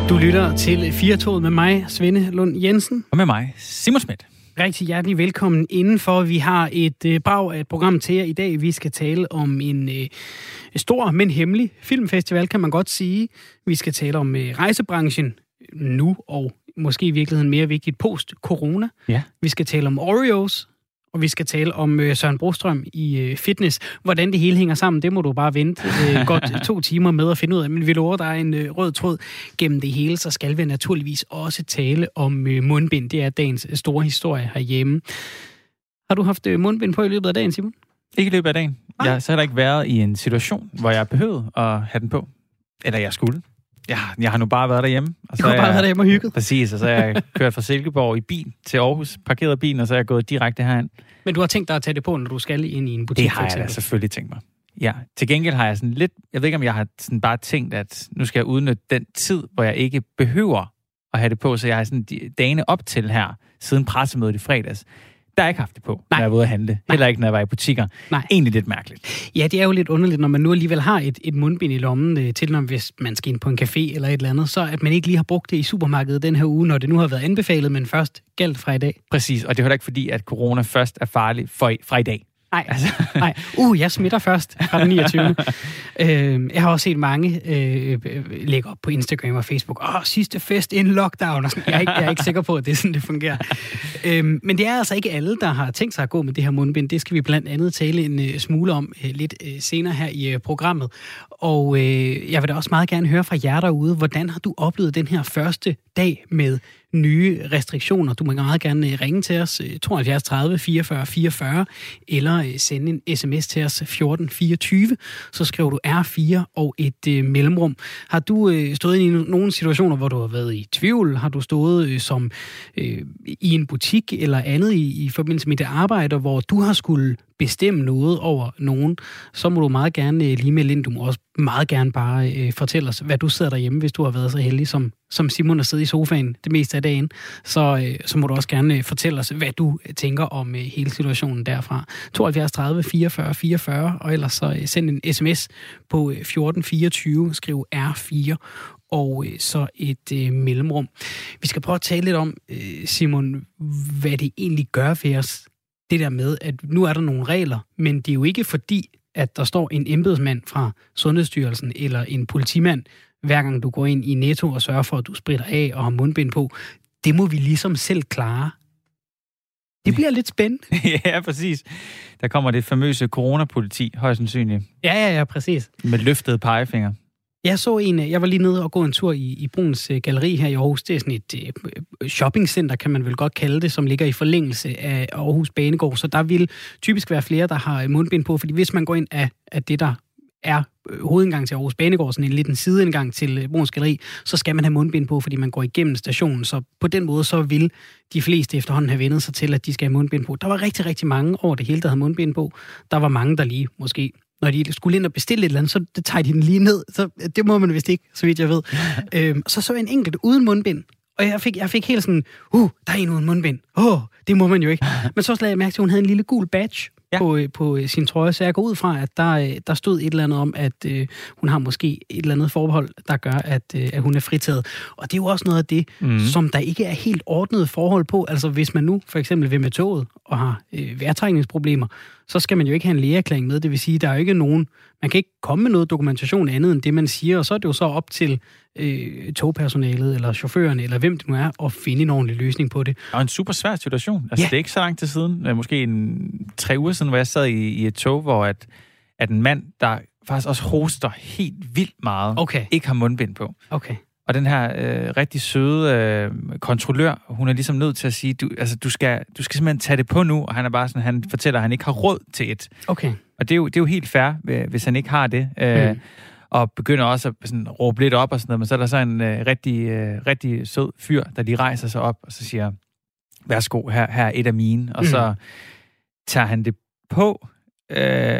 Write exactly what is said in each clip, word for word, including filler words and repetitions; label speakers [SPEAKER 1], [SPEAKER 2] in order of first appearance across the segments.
[SPEAKER 1] Du lytter til Firtoget med mig, Svende Lund Jensen.
[SPEAKER 2] Og med mig, Simon Schmidt.
[SPEAKER 1] Rigtig hjertelig velkommen indenfor. Vi har et øh, brag af et program til jer i dag. Vi skal tale om en øh, stor, men hemmelig filmfestival, kan man godt sige. Vi skal tale om øh, rejsebranchen nu, og måske i virkeligheden mere vigtigt post-corona.
[SPEAKER 2] Ja.
[SPEAKER 1] Vi skal tale om Oreos, og vi skal tale om øh, Søren Brostrøm i øh, fitness. Hvordan det hele hænger sammen, det må du bare vente øh, godt to timer med at finde ud af. Men vi lover, der er en øh, rød tråd gennem det hele, så skal vi naturligvis også tale om øh, mundbind. Det er dagens store historie herhjemme. Har du haft øh, mundbind på i løbet af dagen, Simon?
[SPEAKER 2] Ikke i løbet af dagen. Jeg har så heller ikke været i en situation, hvor jeg behøvede at have den på. Eller jeg skulle. Ja, jeg har nu bare været derhjemme. Og så
[SPEAKER 1] du har bare
[SPEAKER 2] jeg,
[SPEAKER 1] været derhjemme og hygget.
[SPEAKER 2] Præcis, og så har jeg kørt fra Silkeborg i bil til Aarhus, parkeret bilen, og så er jeg gået direkte herind.
[SPEAKER 1] Men du har tænkt dig at tage det på, når du skal ind i en butik?
[SPEAKER 2] Det har jeg da selvfølgelig tænkt mig. Ja, til gengæld har jeg sådan lidt, jeg ved ikke, om jeg har sådan bare tænkt, at nu skal jeg udnytte den tid, hvor jeg ikke behøver at have det på, så jeg har sådan dagene op til her, siden pressemødet i fredags, der har jeg ikke haft det på, Nej. når jeg var ude at handle. Nej. Heller ikke, når jeg var i butikker. Nej. Egentlig lidt mærkeligt.
[SPEAKER 1] Ja, det er jo lidt underligt, når man nu alligevel har et, et mundbind i lommen øh, til, når hvis man skal ind på en café eller et eller andet, så at man ikke lige har brugt det i supermarkedet den her uge, når det nu har været anbefalet, men først galt fra i dag.
[SPEAKER 2] Præcis, og det er heller ikke fordi, at corona først er farlig for, fra i dag.
[SPEAKER 1] Nej, altså. Nej. Uh, jeg smitter først fra den niogtyvende øh, Jeg har også set mange øh, lægge op på Instagram og Facebook. Åh, sidste fest inden lockdown. Og sådan. Jeg, er ikke, jeg er ikke sikker på, at det er sådan, det fungerer. øh, men det er altså ikke alle, der har tænkt sig at gå med det her mundbind. Det skal vi blandt andet tale en uh, smule om uh, lidt uh, senere her i uh, programmet. Og uh, jeg vil da også meget gerne høre fra jer derude, hvordan har du oplevet den her første dag med nye restriktioner? Du må meget gerne ringe til os tooghalvfjerds tredive fireogfyrre fireogfyrre eller sende en sms til os fjorten fireogtyve. Så skriver du R fire og et øh, mellemrum. Har du øh, stået i nogle situationer, hvor du har været i tvivl? Har du stået øh, som øh, i en butik eller andet i, i forbindelse med dit arbejde, hvor du har skulle bestemme noget over nogen, så må du meget gerne øh, lige melde ind. Du må også meget gerne bare øh, fortælle os, hvad du sidder derhjemme, hvis du har været så heldig som, som Simon at sidde i sofaen det meste af dagen. Så, øh, så må du også gerne øh, fortælle os, hvad du øh, tænker om øh, hele situationen derfra. tooghalvfjerds tredive fireogfyrre fireogfyrre, og ellers så øh, send en sms på øh, fjorten fireogtyve, skriv R fire og øh, så et øh, mellemrum. Vi skal prøve at tale lidt om, øh, Simon, hvad det egentlig gør ved os. Det der med, at nu er der nogle regler, men det er jo ikke fordi, at der står en embedsmand fra Sundhedsstyrelsen eller en politimand, hver gang du går ind i Netto og sørger for, at du spritter af og har mundbind på. Det må vi ligesom selv klare. Det bliver lidt spændende.
[SPEAKER 2] Ja, præcis. Der kommer det famøse coronapoliti, højst sandsynligt.
[SPEAKER 1] Ja, ja, ja, præcis.
[SPEAKER 2] Med løftede pegefinger.
[SPEAKER 1] Jeg så en, jeg var lige nede og gå en tur i, i Bruns uh, Galleri her i Aarhus. Det er sådan et uh, shoppingcenter, kan man vel godt kalde det, som ligger i forlængelse af Aarhus Banegård. Så der vil typisk være flere, der har mundbind på, fordi hvis man går ind af, af det, der er hovedindgang til Aarhus Banegård, sådan en lille sideindgang til Bruns Galleri, så skal man have mundbind på, fordi man går igennem stationen. Så på den måde, så vil de fleste efterhånden have vendet sig til, at de skal have mundbind på. Der var rigtig, rigtig mange over det hele, der havde mundbind på. Der var mange, der lige måske, når de skulle ind og bestille et eller andet, så tager de den lige ned. Så det må man vist ikke, så vidt jeg ved. øhm, så så en enkelt uden mundbind. Og jeg fik, jeg fik helt sådan, uh, der er en uden mundbind. Åh, oh, det må man jo ikke. Men så lagde jeg mærke til, at hun havde en lille gul badge ja. på, på sin trøje, så jeg går ud fra, at der, der stod et eller andet om, at øh, hun har måske et eller andet forbehold, der gør, at, øh, at hun er fritaget. Og det er jo også noget af det, mm. som der ikke er helt ordnet forhold på. Altså hvis man nu for eksempel vil med toget og har øh, vejrtrækningsproblemer, så skal man jo ikke have en lægeerklæring med. Det vil sige, der er jo ikke nogen, man kan ikke komme med noget dokumentation andet end det, man siger, og så er det jo så op til øh, togpersonalet, eller chaufføren, eller hvem det nu er, at finde en ordentlig løsning på det.
[SPEAKER 2] Det er en super svær situation. Altså, ja. Det er ikke så lang tid siden, måske en, tre uger siden, hvor jeg sad i, i et tog, hvor at, at en mand, der faktisk også hoster helt vildt meget,
[SPEAKER 1] okay.
[SPEAKER 2] ikke har mundbind på.
[SPEAKER 1] Okay.
[SPEAKER 2] Og den her øh, rigtig søde øh, kontrollør, hun er ligesom nødt til at sige, du, altså, du, skal, du skal simpelthen tage det på nu, og han er bare sådan, han fortæller, at han ikke har råd til et.
[SPEAKER 1] Okay.
[SPEAKER 2] Og det er jo, det er jo helt fair, hvis han ikke har det. Øh, mm. Og begynder også at sådan, råbe lidt op og sådan noget, men så er der så en øh, rigtig, øh, rigtig sød fyr, der lige rejser sig op, og så siger, værsgo, her, her er et af mine. Og mm. så tager han det på, øh,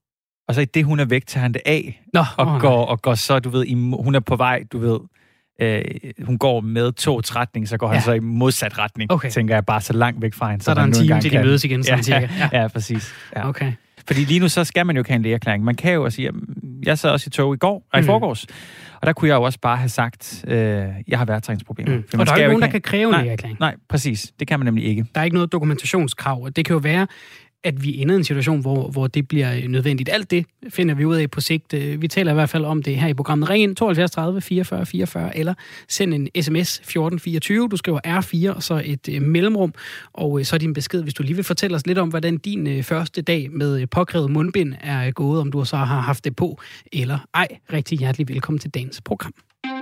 [SPEAKER 2] og så i det, hun er væk, tager han det af,
[SPEAKER 1] Nå,
[SPEAKER 2] og,
[SPEAKER 1] oh,
[SPEAKER 2] går, og går så, du ved, i, hun er på vej, du ved, øh, hun går med togets retning, så går han ja. så i modsat retning, okay. tænker jeg, bare så langt væk fra hende.
[SPEAKER 1] Så, så er der en time til de mødes igen, sådan
[SPEAKER 2] ja,
[SPEAKER 1] cirka.
[SPEAKER 2] Ja. ja, præcis. Ja.
[SPEAKER 1] Okay.
[SPEAKER 2] Fordi lige nu, så skal man jo ikke have en lægeerklæring. Man kan jo sige, jeg sad også i tog i går, og i forgårs, og der kunne jeg jo også bare have sagt, øh, jeg har vejrtrækningsproblemer.
[SPEAKER 1] Mm. Og der er jo ikke nogen, der kan kræve en lægeerklæring.
[SPEAKER 2] Nej, præcis. Det kan man nemlig ikke.
[SPEAKER 1] Der er ikke noget dokumentationskrav. Det kan jo være, at vi ender i en situation, hvor, hvor det bliver nødvendigt. Alt det finder vi ud af på sigt. Vi taler i hvert fald om det her i programmet. Ring ind tooghalvfjerds tredive fireogfyrre fireogfyrre, eller send en sms fjorten fireogtyve. Du skriver R fire, og så et uh, mellemrum, og uh, så er din besked, hvis du lige vil fortælle os lidt om, hvordan din uh, første dag med uh, påkrævet mundbind er uh, gået, om du så har haft det på, eller ej. Rigtig hjertelig velkommen til dagens program.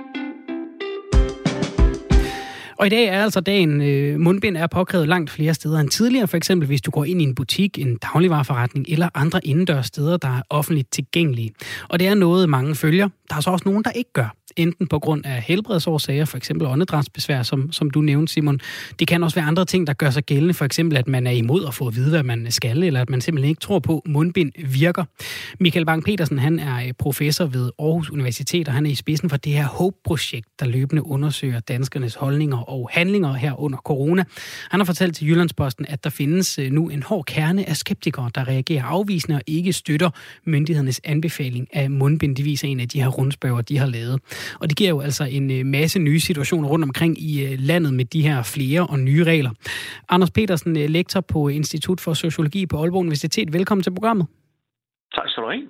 [SPEAKER 1] Og i dag er altså dagen, øh, mundbind er påkrævet langt flere steder end tidligere. For eksempel hvis du går ind i en butik, en dagligvareforretning eller andre indendørs steder, der er offentligt tilgængelige. Og det er noget, mange følger. Der er så også nogen, der ikke gør. Enten på grund af helbredsårsager, for eksempel åndedrætsbesvær, som, som du nævnte, Simon. Det kan også være andre ting, der gør sig gældende. For eksempel, at man er imod at få at vide, hvad man skal, eller at man simpelthen ikke tror på, at mundbind virker. Michael Bang-Petersen, han er professor ved Aarhus Universitet, og han er i spidsen for det her HOPE-projekt, der løbende undersøger danskernes holdninger og handlinger her under corona. Han har fortalt til Jyllandsposten, at der findes nu en hård kerne af skeptikere, der reagerer afvisende og ikke støtter myndighedernes anbefaling af mundbind. Det viser en af de her rundspørger, de har lavet. Og det giver jo altså en masse nye situationer rundt omkring i landet med de her flere og nye regler. Anders Petersen, lektor på Institut for Sociologi på Aalborg Universitet. Velkommen til programmet.
[SPEAKER 3] Tak skal du have.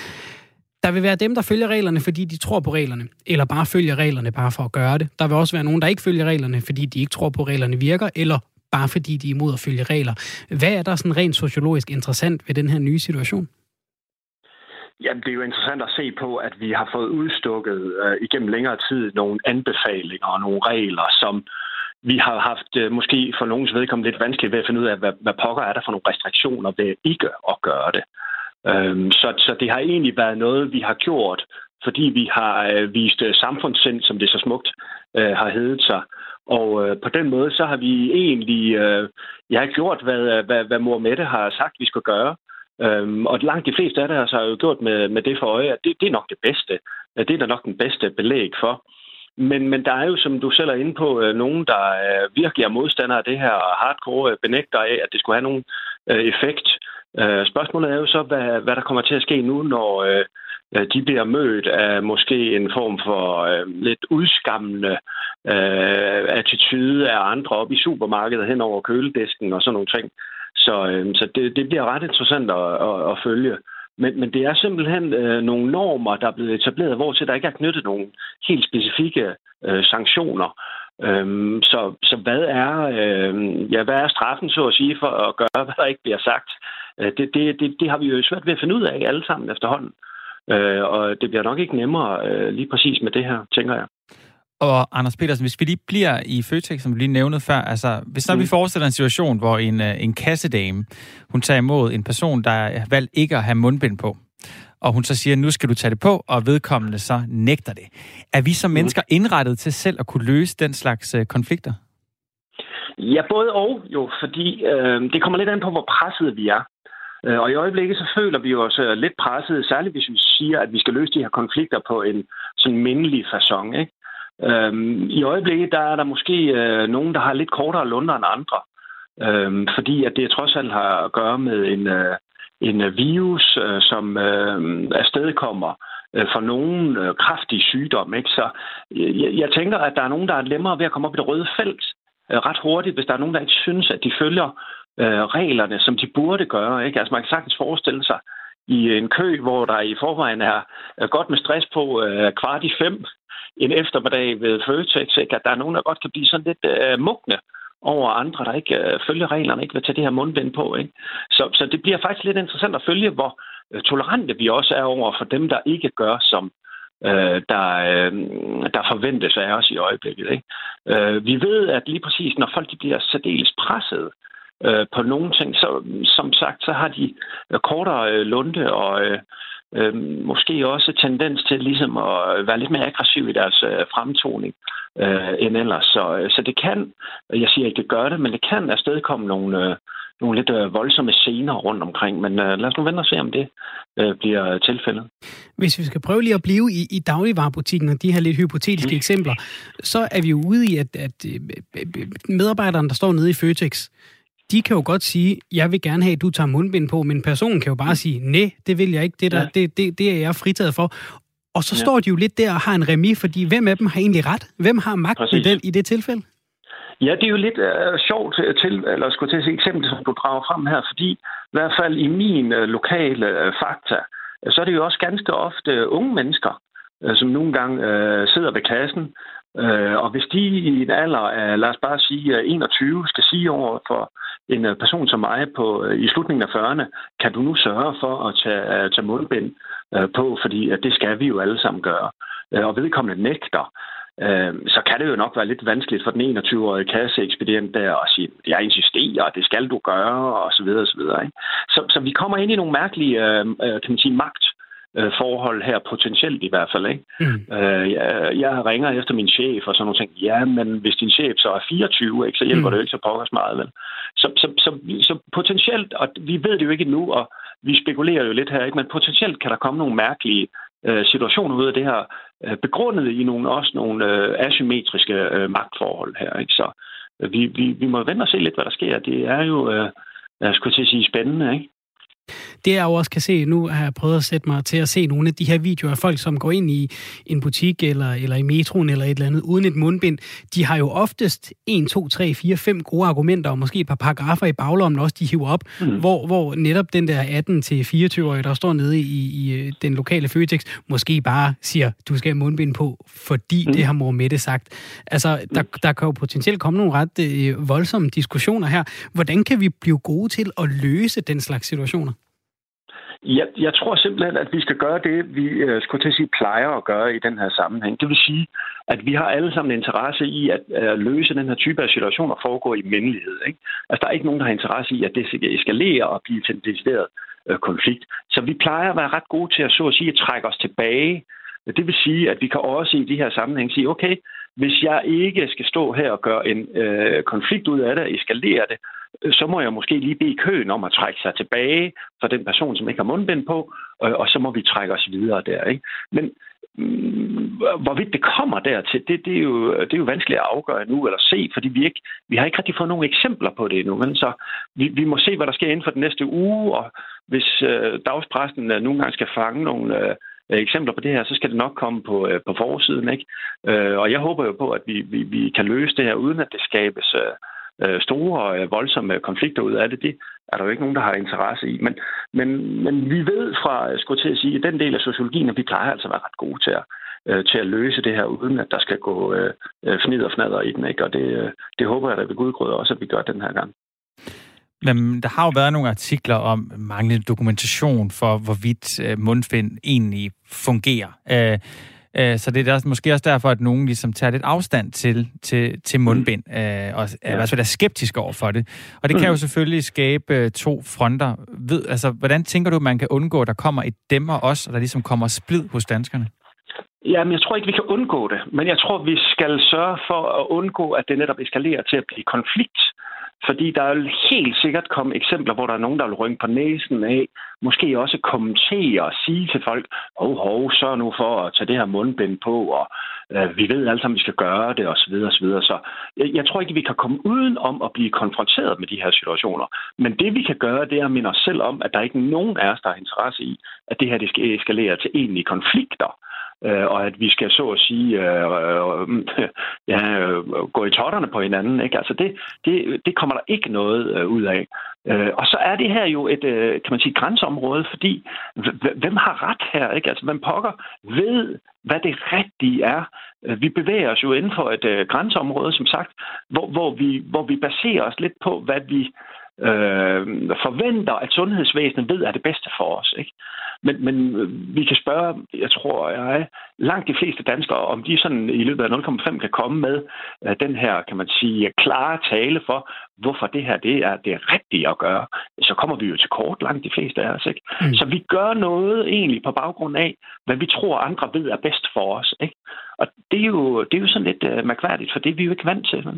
[SPEAKER 1] Der vil være dem, der følger reglerne, fordi de tror på reglerne, eller bare følger reglerne bare for at gøre det. Der vil også være nogen, der ikke følger reglerne, fordi de ikke tror på, at reglerne virker, eller bare fordi de er imod at følge regler. Hvad er der sådan rent sociologisk interessant ved den her nye situation?
[SPEAKER 3] Jamen, det er jo interessant at se på, at vi har fået udstukket øh, igennem længere tid nogle anbefalinger og nogle regler, som vi har haft øh, måske for nogens vedkommende lidt vanskeligt ved at finde ud af, hvad, hvad pokker er der for nogle restriktioner ved ikke at gøre det. Øhm, så, så det har egentlig været noget, vi har gjort, fordi vi har øh, vist øh, samfundssind, som det så smukt øh, har heddet sig. Og øh, på den måde, så har vi egentlig øh, jeg har gjort, hvad, hvad, hvad mor Mette har sagt, vi skal gøre. Øhm, og langt de fleste af det har jo gjort med, med det for øje, at det, det er nok det bedste. Det er da nok den bedste belæg for. Men, men der er jo, som du selv er inde på, øh, nogen, der øh, virkelig er modstandere af det her hardcore øh, benægter af, at det skulle have nogen øh, effekt. Øh, spørgsmålet er jo så, hvad, hvad der kommer til at ske nu, når øh, de bliver mødt af måske en form for øh, lidt udskammende øh, attitude af andre op i supermarkedet hen over køledisken og sådan nogle ting. Så, øh, så det, det bliver ret interessant at, at, at følge. Men, men det er simpelthen øh, nogle normer, der er blevet etableret, hvor til der ikke er knyttet nogle helt specifikke øh, sanktioner. Øhm, så, så hvad er øh, ja, hvad er straffen, så at sige, for at gøre, hvad der ikke bliver sagt? Øh, det, det, det, det har vi jo svært ved at finde ud af alle sammen efterhånden. Øh, og det bliver nok ikke nemmere øh, lige præcis med det her, tænker jeg.
[SPEAKER 2] Og Anders Petersen, hvis vi lige bliver i Føtex, som du lige nævnede før, altså hvis så mm. vi forestiller en situation, hvor en, en kassedame, hun tager imod en person, der har valgt ikke at have mundbind på, og hun så siger, nu skal du tage det på, og vedkommende så nægter det. Er vi som mm. mennesker indrettet til selv at kunne løse den slags uh, konflikter?
[SPEAKER 3] Ja, både og jo, fordi øh, det kommer lidt an på, hvor presset vi er. Og i øjeblikket så føler vi os lidt presset, særligt hvis vi siger, at vi skal løse de her konflikter på en sådan mindelig facon, ikke? Øhm, I øjeblikket der er der måske øh, nogen, der har lidt kortere lunder end andre, øhm, fordi at det trods alt har at gøre med en, øh, en virus, øh, som øh, afstedkommer øh, for nogen øh, kraftig sygdom. Ikke? Så jeg, jeg tænker, at der er nogen, der er nemmere ved at komme op i det røde felt øh, ret hurtigt, hvis der er nogen, der ikke synes, at de følger øh, reglerne, som de burde gøre. Ikke? Altså man kan sagtens forestille sig i en kø, hvor der i forvejen er godt med stress på øh, kvart i fem, en eftermiddag ved Føtex, ikke? At der er nogen, der godt kan blive sådan lidt øh, mugne over andre, der ikke øh, følger reglerne, ikke vil tage det her mundbind på. Ikke? Så, så det bliver faktisk lidt interessant at følge, hvor øh, tolerante vi også er over for dem, der ikke gør, som øh, der, øh, der forventes af os i øjeblikket. Ikke? Øh, vi ved, at lige præcis, når folk de bliver særdeles presset øh, på nogle ting, så som sagt, så har de øh, kortere øh, lunte og øh, Øh, måske også tendens til ligesom at være lidt mere aggressiv i deres øh, fremtoning øh, end ellers. Så, så det kan, jeg siger ikke, det gør det, men det kan afstedkomme nogle, øh, nogle lidt øh, voldsomme scener rundt omkring. Men øh, lad os nu vente og se, om det øh, bliver tilfældet.
[SPEAKER 1] Hvis vi skal prøve lige at blive i, i dagligvarebutikken og de her lidt hypotetiske mm. eksempler, så er vi jo ude i, at, at medarbejderne, der står nede i Føtex, de kan jo godt sige, jeg vil gerne have, at du tager mundbind på, men personen kan jo bare sige, nej, det vil jeg ikke, det, der, ja. det, det, det er jeg fritaget for. Og så ja. står de jo lidt der og har en remis, fordi hvem af dem har egentlig ret? Hvem har magten i, den, i det tilfælde?
[SPEAKER 3] Ja, det er jo lidt uh, sjovt til, eller skulle til at sige eksempel, som du drager frem her, fordi i hvert fald i min uh, lokale uh, fakta, så er det jo også ganske ofte unge mennesker, uh, som nogle gange uh, sidder ved kassen, uh, og hvis de i en alder af, lad os bare sige, uh, enogtyve, skal sige over for en uh, person som mig på, uh, i slutningen af fyrrerne, kan du nu sørge for at tage, uh, tage mundbind uh, på, fordi uh, det skal vi jo alle sammen gøre. Uh, og vedkommende nægter. Så kan det jo nok være lidt vanskeligt for den enogtyve-årige kasseekspedient der at sige, jeg insisterer, det skal du gøre, og så videre, og så videre. Ikke? Så, så vi kommer ind i nogle mærkelige, kan man sige, magtforhold her, potentielt i hvert fald. Ikke? Mm. Jeg, jeg ringer efter min chef, og sådan nogle ting. Ja, men hvis din chef så er fireogtyve, ikke, så hjælper mm. det jo ikke så pokkers meget, vel? Så, så, så, så potentielt, og vi ved det jo ikke endnu, og vi spekulerer jo lidt her, ikke? Men potentielt kan der komme nogle mærkelige situationer ud af det her, begrundet i nogle, også nogle øh, asymmetriske øh, magtforhold her. Ikke? Så øh, vi, vi, vi må vente og se lidt, hvad der sker. Det er jo, øh, jeg skulle til at sige, spændende, ikke?
[SPEAKER 1] Det jeg jo også kan se, nu har jeg prøvet at sætte mig til at se nogle af de her videoer af folk, som går ind i en butik eller, eller i metroen eller et eller andet uden et mundbind. De har jo oftest en, to, tre, fire, fem gode argumenter, og måske et par paragrafer i baglommen også, de hiver op, mm. hvor, hvor netop den der atten til fireogtyve-årige, der står nede i, i den lokale Føtex, måske bare siger, du skal have mundbind på, fordi mm. det har mor Mette sagt. Altså, der, der kan jo potentielt komme nogle ret øh, voldsomme diskussioner her. Hvordan kan vi blive gode til at løse den slags situationer?
[SPEAKER 3] Jeg, jeg tror simpelthen, at vi skal gøre det, vi øh, skulle til at sige, plejer at gøre i den her sammenhæng. Det vil sige, at vi har alle sammen interesse i at øh, løse den her type af situationer foregår i mindelighed. Ikke? Altså, der er ikke nogen, der har interesse i, at det skal eskalere og blive til en decideret øh, konflikt. Så vi plejer at være ret gode til at, så at sige, at trække os tilbage. Det vil sige, at vi kan også i de her sammenhæng sige, okay, hvis jeg ikke skal stå her og gøre en øh, konflikt ud af det og eskalere det, så må jeg måske lige bede køen om at trække sig tilbage for den person, som ikke har mundbind på, og, og så må vi trække os videre der. Ikke? Men mm, hvorvidt det kommer dertil, det, det, er jo, det er jo vanskeligt at afgøre nu eller se, fordi vi, ikke, vi har ikke rigtig fået nogle eksempler på det endnu. Men så vi, vi må se, hvad der sker inden for den næste uge, og hvis øh, dagspressen øh, nogle gange skal fange nogle øh, eksempler på det her, så skal det nok komme på, øh, på forsiden. Ikke? Øh, og jeg håber jo på, at vi, vi, vi kan løse det her, uden at det skabes øh, store og voldsomme konflikter ud af det. Det er der jo ikke nogen, der har interesse i. Men, men, men vi ved fra, skulle til at sige, den del af sociologien, at vi plejer altså at være ret gode til at, øh, til at løse det her, uden at der skal gå øh, fnid og fnader i den. Ikke? Og det, øh, det håber jeg, at ved Gud grød også, at vi gør den her gang.
[SPEAKER 2] Men der har jo været nogle artikler om manglende dokumentation for, hvorvidt mundbind egentlig fungerer. Øh, Så det er måske også derfor, at nogen ligesom tager lidt afstand til, til, til mundbind, mm. øh, og i hvert fald er skeptiske over for det. Og det kan jo selvfølgelig skabe to fronter. Ved, altså, hvordan tænker du, at man kan undgå, at der kommer et dem og os, og der ligesom kommer splid hos danskerne?
[SPEAKER 3] Jamen, jeg tror ikke, vi kan undgå det. Men jeg tror, vi skal sørge for at undgå, at det netop eskalerer til at blive konflikt. Fordi der er helt sikkert kommet eksempler, hvor der er nogen, der vil rynke på næsen af, måske også kommentere og sige til folk, åh, hov, sørg nu for at tage det her mundbind på, og øh, vi ved alle sammen, vi skal gøre det, osv. osv. Så jeg, jeg tror ikke, vi kan komme uden om at blive konfronteret med de her situationer. Men det, vi kan gøre, det er at minde os selv om, at der ikke er nogen af os, der har interesse i, at det her det skal eskalere til egentlige konflikter. Øh, og at vi skal så at sige øh, øh, ja, øh, gå i totterne på hinanden. Ikke? Altså det, det, det kommer der ikke noget øh, ud af. Øh, og så er det her jo et øh, kan man sige, grænseområde, fordi h- hvem har ret her? Ikke? Altså hvem pokker ved, hvad det rigtige er? Vi bevæger os jo inden for et øh, grænseområde, som sagt, hvor, hvor, vi, hvor vi baserer os lidt på, hvad vi øh, forventer, at sundhedsvæsenet ved er det bedste for os. Ikke? Men, men vi kan spørge, jeg tror, jeg langt de fleste danskere, om de sådan i løbet af nul komma fem kan komme med uh, den her, kan man sige, klare tale for, hvorfor det her det er det rigtige at gøre. Så kommer vi jo til kort, langt de fleste af os. Ikke? Mm. Så vi gør noget egentlig på baggrund af, hvad vi tror, andre ved er bedst for os. Ikke? Og det er, jo, det er jo sådan lidt uh, mærkværdigt, for det er vi jo ikke vant til. Men.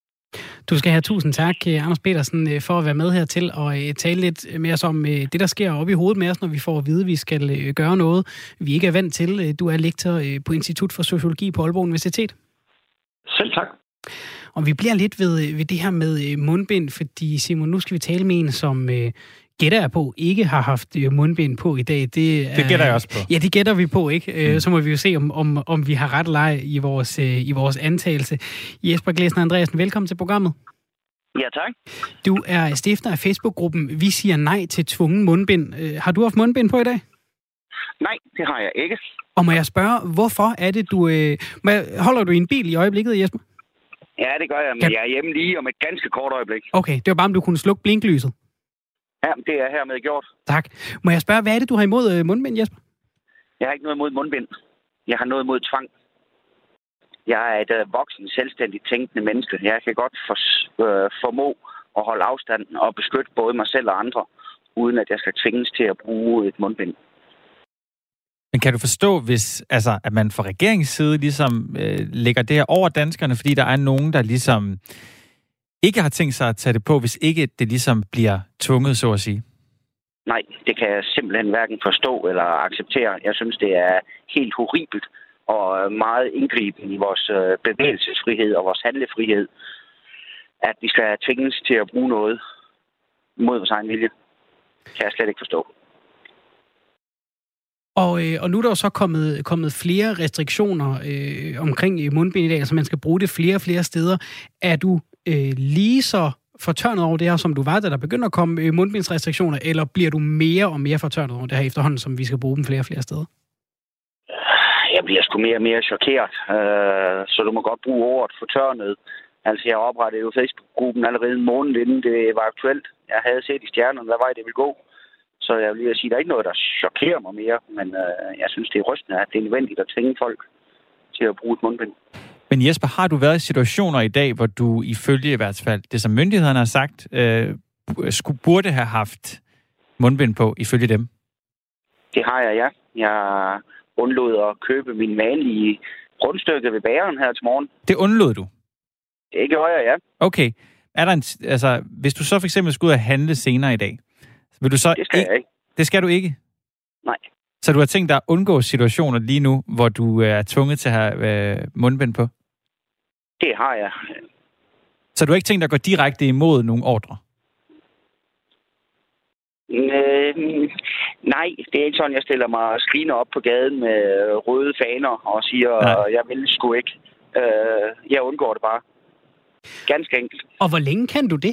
[SPEAKER 1] Du skal have tusind tak, Anders Petersen, for at være med her til og tale lidt mere om det, der sker oppe i hovedet med os, når vi får at vide, at vi skal gøre noget, vi ikke er vant til. Du er lektor på Institut for Sociologi på Aalborg Universitet.
[SPEAKER 3] Selv tak.
[SPEAKER 1] Og vi bliver lidt ved, ved det her med mundbind, fordi Simon, nu skal vi tale med en, som øh, gætter jeg på, ikke har haft mundbind på i dag. Det, er,
[SPEAKER 2] det gætter jeg også på.
[SPEAKER 1] Ja, det gætter vi på, ikke? Mm. Så må vi jo se, om, om, om vi har ret eller ej i vores, øh, i vores antagelse. Jesper Glæsner Andreasen, velkommen til programmet.
[SPEAKER 4] Ja, tak.
[SPEAKER 1] Du er stifter af Facebook-gruppen Vi siger nej til tvungen mundbind. Har du haft mundbind på i dag?
[SPEAKER 4] Nej, det har jeg ikke.
[SPEAKER 1] Og må jeg spørge, hvorfor er det, du... Øh, holder du i en bil i øjeblikket, Jesper?
[SPEAKER 4] Ja, det gør jeg, men kan... jeg er hjemme lige om et ganske kort øjeblik.
[SPEAKER 1] Okay, det var bare, om du kunne slukke blinklyset.
[SPEAKER 4] Ja, det er hermed gjort.
[SPEAKER 1] Tak. Må jeg spørge, hvad er det, du har imod øh, mundbind, Jesper?
[SPEAKER 4] Jeg har ikke noget imod mundbind. Jeg har noget imod tvang. Jeg er et øh, voksen, selvstændigt tænkende menneske. Jeg kan godt for, øh, formå at holde afstand og beskytte både mig selv og andre, uden at jeg skal tvinges til at bruge et mundbind.
[SPEAKER 2] Men kan du forstå, hvis, altså, at man fra regeringens side ligesom øh, lægger det her over danskerne, fordi der er nogen, der ligesom ikke har tænkt sig at tage det på, hvis ikke det ligesom bliver tvunget, så at sige?
[SPEAKER 4] Nej, det kan jeg simpelthen hverken forstå eller acceptere. Jeg synes, det er helt horribelt og meget indgribende i vores bevægelsesfrihed og vores handlefrihed, at vi skal tvinges til at bruge noget mod vores egen vilje. Kan jeg slet ikke forstå.
[SPEAKER 1] Og, øh, og nu er der jo så kommet, kommet flere restriktioner øh, omkring mundbind i dag, altså man skal bruge det flere og flere steder. Er du øh, lige så fortørnet over det her, som du var, da der begyndte at komme øh, mundbindsrestriktioner, eller bliver du mere og mere fortørnet over det her efterhånden, som vi skal bruge dem flere og flere steder?
[SPEAKER 4] Jeg bliver sgu mere og mere chokeret, øh, så du må godt bruge ordet fortørnet. Altså, jeg oprettede jo Facebook-gruppen allerede en måned inden det var aktuelt. Jeg havde set i stjernerne, hvad vej det ville gå. Så jeg vil lige sige, at der er ikke noget, der chokerer mig mere, men øh, jeg synes, det er rystende, at det er nødvendigt at tvinge folk til at bruge et mundbind.
[SPEAKER 2] Men Jesper, har du været i situationer i dag, hvor du ifølge i hvert fald det, som myndighederne har sagt, øh, skulle, burde have haft mundbind på, ifølge dem?
[SPEAKER 4] Det har jeg, ja. Jeg undlod at købe min vanlige rundstykke ved bageren her til morgen.
[SPEAKER 2] Det undlod du?
[SPEAKER 4] Det gjorde jeg, ja.
[SPEAKER 2] Okay. Er der en, altså, hvis du så for eksempel skulle ud og handle senere i dag, vil du så
[SPEAKER 4] det skal ikke, jeg ikke.
[SPEAKER 2] Det skal du ikke?
[SPEAKER 4] Nej.
[SPEAKER 2] Så du har tænkt dig at undgå situationer lige nu, hvor du er tvunget til at have øh, mundbind på?
[SPEAKER 4] Det har jeg.
[SPEAKER 2] Så du har ikke tænkt dig at gå direkte imod nogle ordre?
[SPEAKER 4] Øh, nej, det er ikke sådan, jeg stiller mig skrigende op på gaden med røde faner og siger, nej. Jeg vil sgu ikke. Øh, jeg undgår det bare. Ganske enkelt.
[SPEAKER 1] Og hvor længe kan du det?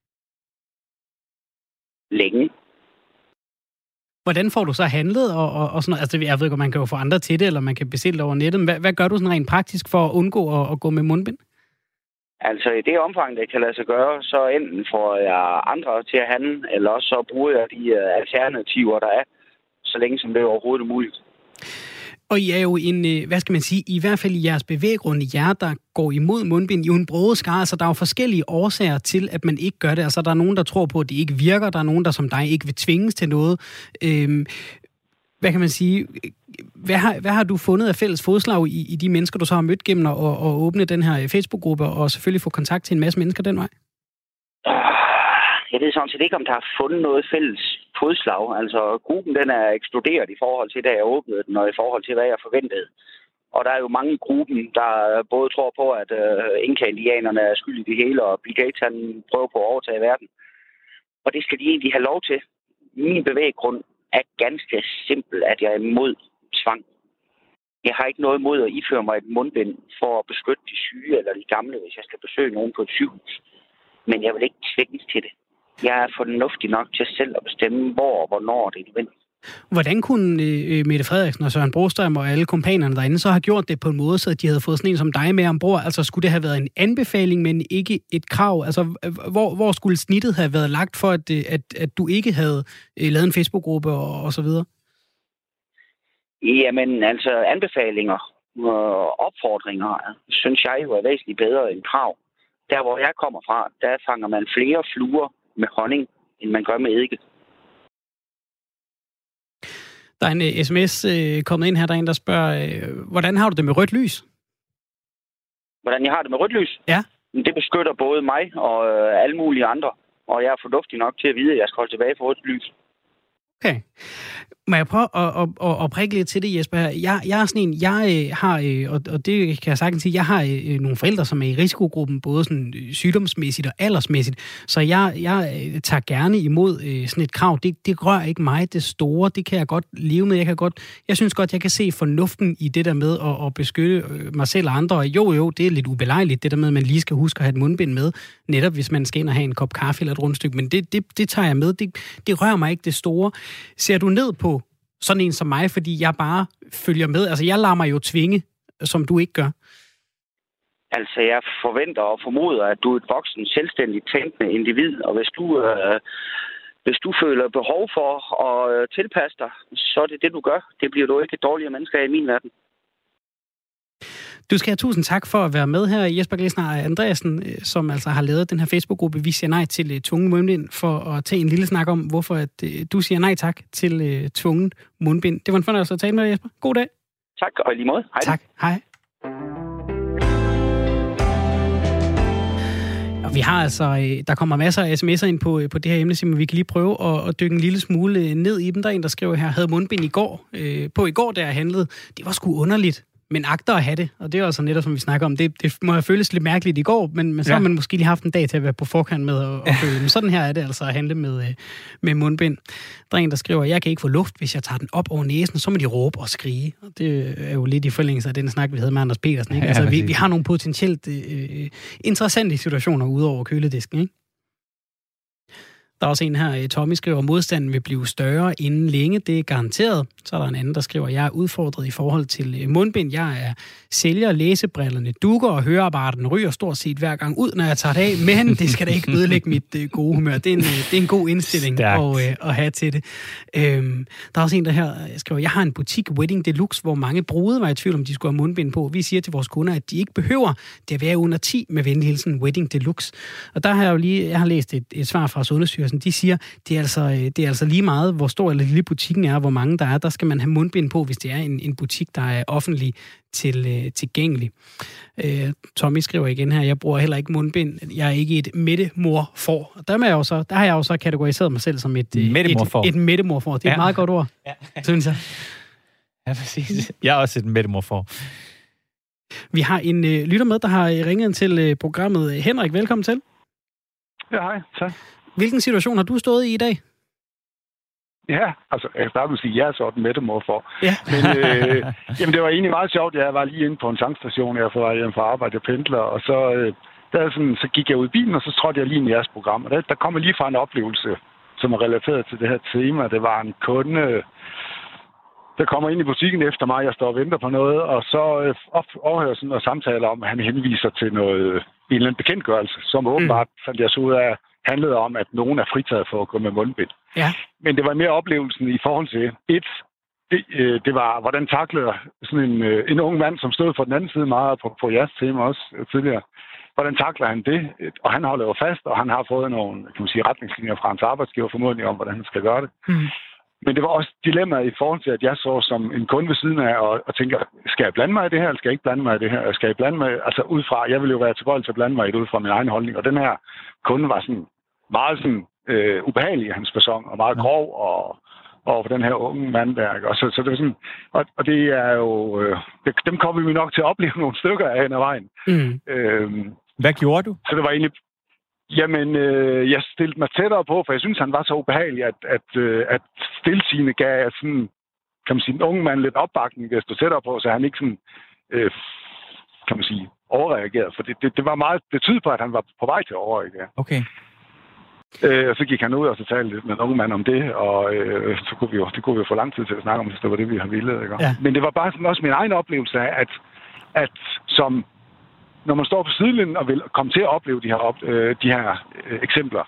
[SPEAKER 4] Længe.
[SPEAKER 1] Hvordan får du så handlet? Og, og, og sådan noget? Altså, jeg ved ikke, om man kan jo få andre til det, eller man kan bestille det over nettet. Hvad, hvad gør du sådan rent praktisk for at undgå at, at gå med mundbind?
[SPEAKER 4] Altså, i det omfang, det kan lade sig gøre, så enten får jeg andre til at handle, eller også så bruger jeg de uh, alternativer, der er, så længe som det er overhovedet muligt. Og
[SPEAKER 1] I er jo en, hvad skal man sige, i hvert fald i jeres bevæggrund, i jer, der går imod mundbind, i en broget skare, så der er jo forskellige årsager til, at man ikke gør det. Altså, der er nogen, der tror på, at det ikke virker, der er nogen, der som dig ikke vil tvinges til noget. Øhm, hvad kan man sige? Hvad har, hvad har du fundet af fælles fodslag i, i de mennesker, du så har mødt gennem at, at åbne den her Facebook-gruppe, og selvfølgelig få kontakt til en masse mennesker den vej?
[SPEAKER 4] Jeg ved sådan set ikke, om der har fundet noget fælles fodslag. Altså, gruppen den er eksploderet i forhold til, da jeg åbnede den, og i forhold til, hvad jeg forventede. Og der er jo mange i gruppen, der både tror på, at uh, Inka-indianerne er skyld i det hele, og Bill Gates han prøver på at overtage verden. Og det skal de egentlig have lov til. Min bevæggrund er ganske simpel, at jeg er imod tvang. Jeg har ikke noget imod at iføre mig et mundbind for at beskytte de syge eller de gamle, hvis jeg skal besøge nogen på et sygehus. Men jeg vil ikke tvinges til det. Jeg er fornuftig nok til selv at bestemme, hvor og hvornår det er nødvendigt.
[SPEAKER 1] Hvordan kunne øh, Mette Frederiksen og Søren Brostrøm og alle kompanerne derinde så have gjort det på en måde, så de havde fået sådan en som dig med ombord? Altså, skulle det have været en anbefaling, men ikke et krav? Altså, hvor, hvor skulle snittet have været lagt for, at, at, at du ikke havde øh, lavet en Facebook-gruppe og, og så videre?
[SPEAKER 4] Jamen, altså, anbefalinger og opfordringer, synes jeg jo er væsentligt bedre end krav. Der, hvor jeg kommer fra, der fanger man flere fluer med honning, end man gør med eddike.
[SPEAKER 1] Der er en uh, sms uh, kommet ind her, der er en, der spørger, uh, hvordan har du det med rødt lys?
[SPEAKER 4] Hvordan jeg har det med rødt lys?
[SPEAKER 1] Ja.
[SPEAKER 4] Det beskytter både mig og uh, alle mulige andre, og jeg er fornuftig nok til at vide, at jeg skal holde tilbage for rødt lys.
[SPEAKER 1] Okay. Må jeg prøve at, at, at, at prikke lidt til det, Jesper? Jeg, jeg er sådan en, jeg øh, har, øh, og, og det kan jeg sagtens sige, jeg har øh, nogle forældre, som er i risikogruppen, både sådan sygdomsmæssigt og aldersmæssigt, så jeg, jeg øh, tager gerne imod øh, sådan et krav. Det, det rører ikke mig, det store, det kan jeg godt leve med. Jeg, kan godt, jeg synes godt, jeg kan se fornuften i det der med at, at beskytte mig selv og andre. Og jo, jo, det er lidt ubelejligt, det der med, at man lige skal huske at have et mundbind med, netop hvis man skal ind og have en kop kaffe eller et rundstykke, men det, det, det tager jeg med. Det, det rører mig ikke det store. Ser du ned på sådan en som mig, fordi jeg bare følger med? Altså, jeg lader mig jo tvinge, som du ikke gør.
[SPEAKER 4] Altså, jeg forventer og formoder, at du er et voksen, selvstændigt tænkende individ, og hvis du, øh, hvis du føler behov for at tilpasse dig, så er det det, du gør. Det bliver du ikke et dårligere menneske af i min verden.
[SPEAKER 1] Du skal have tusind tak for at være med her, Jesper Glesner Andreasen, som altså har lavet den her Facebook-gruppe Vi siger nej til uh, tvungen mundbind, for at tage en lille snak om, hvorfor at, uh, du siger nej tak til uh, tvungen mundbind. Det var en fornøjelse at tale med dig, Jesper. God dag.
[SPEAKER 4] Tak, og i lige måde. Hej.
[SPEAKER 1] Tak. Hej. Og vi har altså, der kommer masser af sms'er ind på, på det her emne, men vi kan lige prøve at, at dykke en lille smule ned i dem. Der er en, der skriver her, havde mundbind i går, øh, på i går, der jeg handlede. Det var sgu underligt, men agter at have det. Og det er altså netop, som vi snakker om. Det, det må have føles lidt mærkeligt i går, men, men så ja. har man måske lige haft en dag til at være på forkant med og, og føle. Men sådan her er det altså at handle med, med mundbind. Der er en, der skriver, jeg kan ikke få luft, hvis jeg tager den op over næsen, så må de råbe og skrige. Og det er jo lidt i forlængelse af den snak, vi havde med Anders Petersen. Ikke? Altså, vi, vi har nogle potentielt øh, interessante situationer ude over køledisken, ikke? Der er også en her, Tommy skriver, at modstanden vil blive større inden længe. Det er garanteret. Så er der en anden, der skriver, at jeg er udfordret i forhold til mundbind. Jeg er sælger, læsebrillerne dukker, og høreapparaten ryger stort set hver gang ud, når jeg tager det af. Men det skal da ikke ødelægge mit uh, gode humør. Det er en, uh, det er en god indstilling at, uh, at have til det. Øhm, der er også en, der her skriver, jeg har en butik, Wedding Deluxe, hvor mange brude var i tvivl, om de skulle have mundbind på. Vi siger til vores kunder, at de ikke behøver det at være under ti med venlig hilsen Wedding Deluxe. Og der har jeg jo lige, jeg har læst et, et svar fra Sundhedsstyrelsen. De siger, det er, altså, det er altså lige meget, hvor stor eller lille butikken er, hvor mange der er. Der skal man have mundbind på, hvis det er en, en butik, der er offentlig til, uh, tilgængelig. Uh, Tommy skriver igen her, jeg bruger heller ikke mundbind. Jeg er ikke et mættemorfor. Der, er jeg jo så, der har jeg jo så kategoriseret mig selv som et mættemorfor. Et, et mættemorfor. Det er ja. et meget godt ord, ja. synes jeg.
[SPEAKER 2] Ja, præcis. Jeg er også et mættemorfor.
[SPEAKER 1] Vi har en uh, lytter med, der har ringet til uh, programmet. Henrik, velkommen til.
[SPEAKER 5] Ja, hej. Tak.
[SPEAKER 1] Hvilken situation har du stået i i dag?
[SPEAKER 5] Ja, altså, jeg starter med at sige, jeg er sådan med det, morfor.
[SPEAKER 1] Ja.
[SPEAKER 5] Men øh, jamen, det var egentlig meget sjovt. Jeg var lige inde på en tankstation, jeg var hjemme fra arbejde, jeg pendler, og så, øh, der sådan, så gik jeg ud i bilen, og så trådte jeg lige ind i jeres program. Og der, der kom lige fra en oplevelse, som er relateret til det her tema. Det var en kunde, der kommer ind i butikken efter mig, jeg står og venter på noget, og så øh, overhører sådan noget samtaler om, at han henviser til noget, en eller anden bekendtgørelse, som åbenbart mm. fandt jeg så ud af, handlede om, at nogen er fritaget for at gå med mundbind.
[SPEAKER 1] Ja.
[SPEAKER 5] Men det var mere oplevelsen i forhold til et, det, øh, det var, hvordan taklede sådan en, øh, en ung mand, som stod for den anden side meget på, på jeres tema også øh, tidligere. Hvordan takler han det? Og han holder jo fast, og han har fået nogle, kan man sige, retningslinjer fra hans arbejdsgiver formodentlig om, hvordan han skal gøre det. Mm. Men det var også dilemmaet i forhold til, at jeg så som en kunde ved siden af og, og tænker, skal jeg blande mig i det her, eller skal jeg ikke blande mig i det her? Skal jeg blande mig, altså ud fra, jeg vil jo være tilbøjelig til at blande mig i det ud fra min egen holdning, og den her kunde var sådan meget sådan, øh, ubehagelig i hans person, og meget grov, og, og den her unge mand der. Og så, så det var sådan, og, og det er jo, øh, det, dem kommer vi nok til at opleve nogle stykker af hen ad vejen. Mm. Øhm,
[SPEAKER 2] Hvad gjorde du?
[SPEAKER 5] Så det var egentlig, jamen, øh, jeg stillede mig tættere på, for jeg synes, han var så ubehagelig, at, at, øh, at stilsigende gav sådan, kan man sige, en unge mand lidt opbakning ved at stå tættere på, så han ikke sådan, øh, kan man sige, overreagerede. For det, det, det var meget, det tyder på, at han var på vej til at overreagere.
[SPEAKER 2] Okay.
[SPEAKER 5] Øh, og så gik han ud og så talte lidt med en unge mand om det, og øh, så kunne vi jo, det kunne vi jo få lang tid til at snakke om, hvis det var det, vi har ville. Ikke? Ja. Men det var bare sådan også min egen oplevelse af, at, at som, når man står på sidelinjen og vil komme til at opleve de her, op, øh, de her øh, eksempler,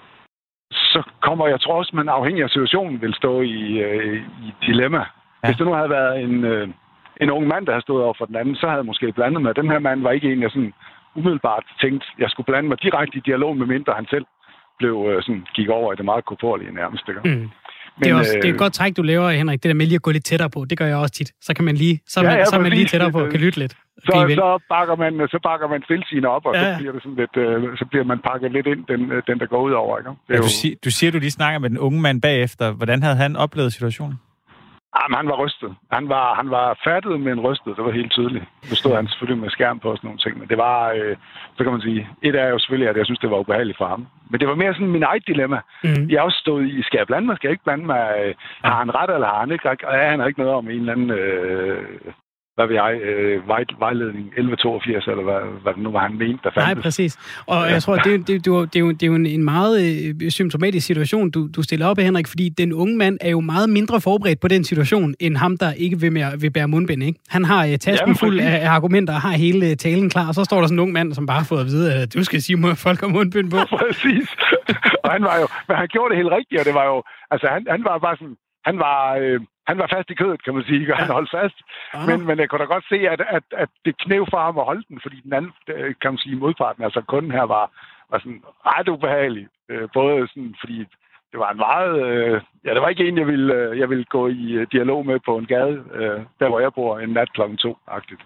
[SPEAKER 5] så kommer jeg tror også, man afhængig af situationen vil stå i, øh, i dilemma. Ja. Hvis det nu havde været en, øh, en ung mand, der havde stået over for den anden, så havde jeg måske blandet med. Den her mand var ikke en, jeg sådan umiddelbart tænkte, jeg skulle blande mig direkte i dialog med mindre han selv blev øh, sådan, gik over i det meget korporlige nærmest. Mm. Men,
[SPEAKER 1] det, er også, øh, det er et godt træk, du laver, Henrik, det der med lige at gå lidt tættere på. Det gør jeg også tit. Så kan man lige, så er man, ja, ja, så er man lige tættere på og kan lytte lidt.
[SPEAKER 5] Så, så, bakker man, så bakker man stilsigende op, og ja, ja. så bliver det sådan lidt, øh, så bliver man pakket lidt ind, den, den der går ud over. Ikke? Det
[SPEAKER 2] ja, du, sig, du siger, du lige snakker med den unge mand bagefter. Hvordan havde han oplevet situationen?
[SPEAKER 5] Jamen, han var rystet. Han var, han var fattet, men rystet. Det var helt tydeligt. Nu stod han selvfølgelig med skærm på og sådan nogle ting. Men det var, øh, så kan man sige, et er jo selvfølgelig, at jeg synes, det var ubehageligt for ham. Men det var mere sådan min eget dilemma. Mm. Jeg har også stået i, skal jeg blande mig, skal jeg ikke blande mig? Har han ret, eller har han ikke ret? Og jeg aner ikke noget om en eller anden... Øh, hvad ved jeg, øh, vejledning elleve toogfirs, eller hvad, hvad det nu var, han mente, der fandtes.
[SPEAKER 1] Nej, præcis. Og ja. Jeg tror, det, det, det, det, er jo, det er jo en, en meget øh, symptomatisk situation, du, du stiller op af, Henrik, fordi den unge mand er jo meget mindre forberedt på den situation, end ham, der ikke vil, med, vil bære mundbind, ikke? Han har øh, tasken ja, fuld af, af argumenter og har hele øh, talen klar, og så står der sådan en ung mand, som bare har fået at vide, at du skal sige, at folk har mundbind på.
[SPEAKER 5] Præcis. Og han var jo, men han gjorde det helt rigtigt, og det var jo, altså han, han var bare sådan, han var... Øh, Han var fast i kødet, kan man sige, og ja. Han holdt fast. Ah. Men, men jeg kunne da godt se, at, at, at det knæv for ham at holde den, fordi den anden, kan man sige, modparten, altså kunden her, var, var sådan ret ubehagelig. Både sådan, fordi det var en meget... Ja, det var ikke en, jeg ville, jeg ville gå i dialog med på en gade, der hvor jeg bor, en nat klokken to-agtigt.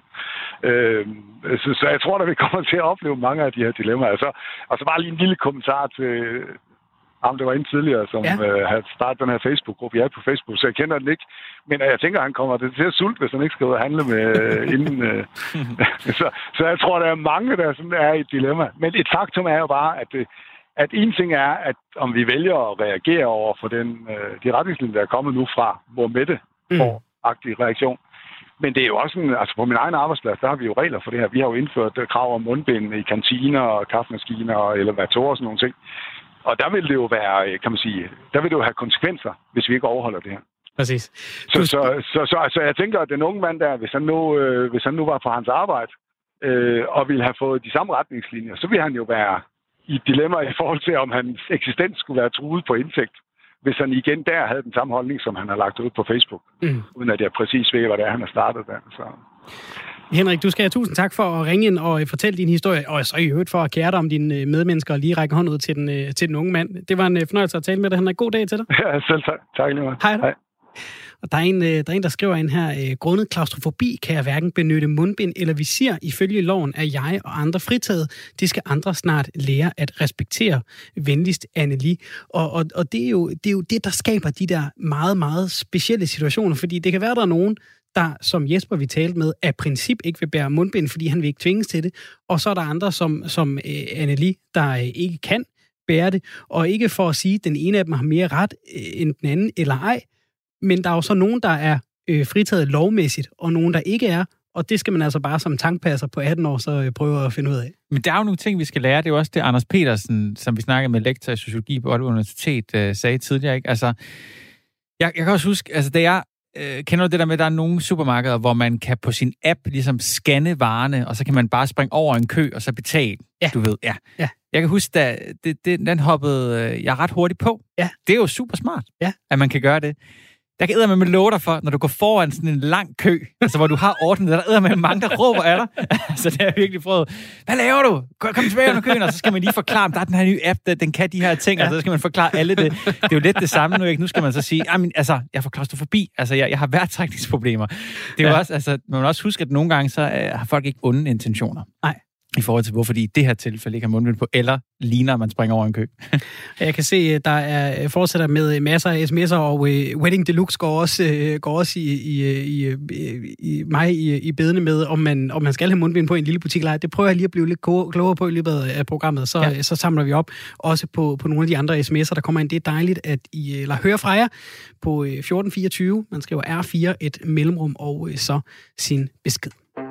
[SPEAKER 5] Så, så jeg tror, at vi kommer til at opleve mange af de her dilemmaer. Altså, og så bare lige en lille kommentar til... Ham, det var en tidligere, som ja. øh, havde startet den her Facebook-gruppe. Jeg er på Facebook, så jeg kender den ikke. Men jeg tænker, han kommer til at sulte, hvis han ikke skal ud og handle med inden. Øh. så, så jeg tror, der er mange, der sådan er i et dilemma. Men et faktum er jo bare, at, at en ting er, at om vi vælger at reagere over for den, øh, de retningslinjer, der er kommet nu fra, hvor Mette får mm. aktiv reaktion. Men det er jo også en, altså på min egen arbejdsplads, der har vi jo regler for det her. Vi har jo indført krav om mundbind i kantiner og kaffemaskiner og elevatorer og sådan nogle ting. Og der vil det jo være, kan man sige, der vil det jo have konsekvenser, hvis vi ikke overholder det her.
[SPEAKER 1] Præcis.
[SPEAKER 5] Så, så, så, så altså, jeg tænker, at den unge mand der, hvis han nu, øh, hvis han nu var på hans arbejde, øh, og ville have fået de samme retningslinjer, så ville han jo være i et dilemma i forhold til, om hans eksistens skulle være truet på indtægt, hvis han igen der havde den samme holdning, som han har lagt ud på Facebook, mm. uden at jeg præcis ved, hvad det er, han har startet der. Så...
[SPEAKER 1] Henrik, du skal have tusind tak for at ringe ind og fortælle din historie, og så i øvrigt for at kære dig om dine medmennesker og lige række hånden ud til den, til den unge mand. Det var en fornøjelse at tale med dig, Henrik. God dag til dig.
[SPEAKER 5] Ja, selv tak. Tak lige meget.
[SPEAKER 1] Hej. Hej. Og der er, en, der er en, der skriver ind her, grundet klaustrofobi kan jeg hverken benytte mundbind eller visir. Ifølge loven er jeg og andre fritaget. Det skal andre snart lære at respektere. Venligst, Anneli. Og, og, og det, er jo, det er jo det, der skaber de der meget, meget specielle situationer, fordi det kan være, der er nogen, der, som Jesper, vi talte med, af princip ikke vil bære mundbind, fordi han vil ikke tvinges til det. Og så er der andre, som, som øh, Anneli, der øh, ikke kan bære det. Og ikke for at sige, at den ene af dem har mere ret øh, end den anden, eller ej. Men der er jo så nogen, der er øh, fritaget lovmæssigt, og nogen, der ikke er. Og det skal man altså bare som tankpasser på atten år, så øh, prøve at finde ud af.
[SPEAKER 2] Men der er jo nogle ting, vi skal lære. Det er jo også det, Anders Petersen, som vi snakkede med lektor i sociologi på Aalborg Universitet, øh, sagde tidligere. Ikke? Altså, jeg, jeg kan også huske, altså da jeg øh, kender du det der med, at der er nogle supermarkeder, hvor man kan på sin app ligesom scanne varerne, og så kan man bare springe over en kø, og så betale,
[SPEAKER 1] ja.
[SPEAKER 2] du ved. Ja.
[SPEAKER 1] Ja.
[SPEAKER 2] Jeg kan huske, at det, det, den hoppede øh, jeg ret hurtigt på.
[SPEAKER 1] Ja.
[SPEAKER 2] Det er jo super smart,
[SPEAKER 1] ja. At
[SPEAKER 2] man kan gøre det. Der kan eddermame love dig for, når du går foran sådan en lang kø, altså hvor du har ordnet, der er eddermame mange, der råber af dig. Så det har jeg virkelig prøvet. Hvad laver du? Kom, kom tilbage under køen, og så skal man lige forklare, der er den her nye app, der, den kan de her ting, ja. Og så skal man forklare alle det. Det er jo lidt det samme nu, ikke? Nu skal man så sige, altså, jeg får klaustrofobi, altså, jeg, jeg har vejrtrækningsproblemer. Det er jo ja. også, altså, man må også huske, at nogle gange, så uh, har folk ikke onde intentioner.
[SPEAKER 1] Nej.
[SPEAKER 2] I forhold til, hvorfor de i det her tilfælde ikke har mundbind på, eller ligner, at man springer over en kø.
[SPEAKER 1] Jeg kan se, der er fortsætter med masser af sms'er, og uh, Wedding Deluxe går også, uh, går også i, i, i, i, i mig i, i bedene med, om man, om man skal have mundbind på i en lille butik. Det prøver jeg lige at blive lidt klogere på i løbet af programmet. Så, ja. så samler vi op også på, på nogle af de andre sms'er, der kommer ind. Det er dejligt at I eller høre fra jer på fjorten fireogtyve. Man skriver R fire, et mellemrum, og så sin besked.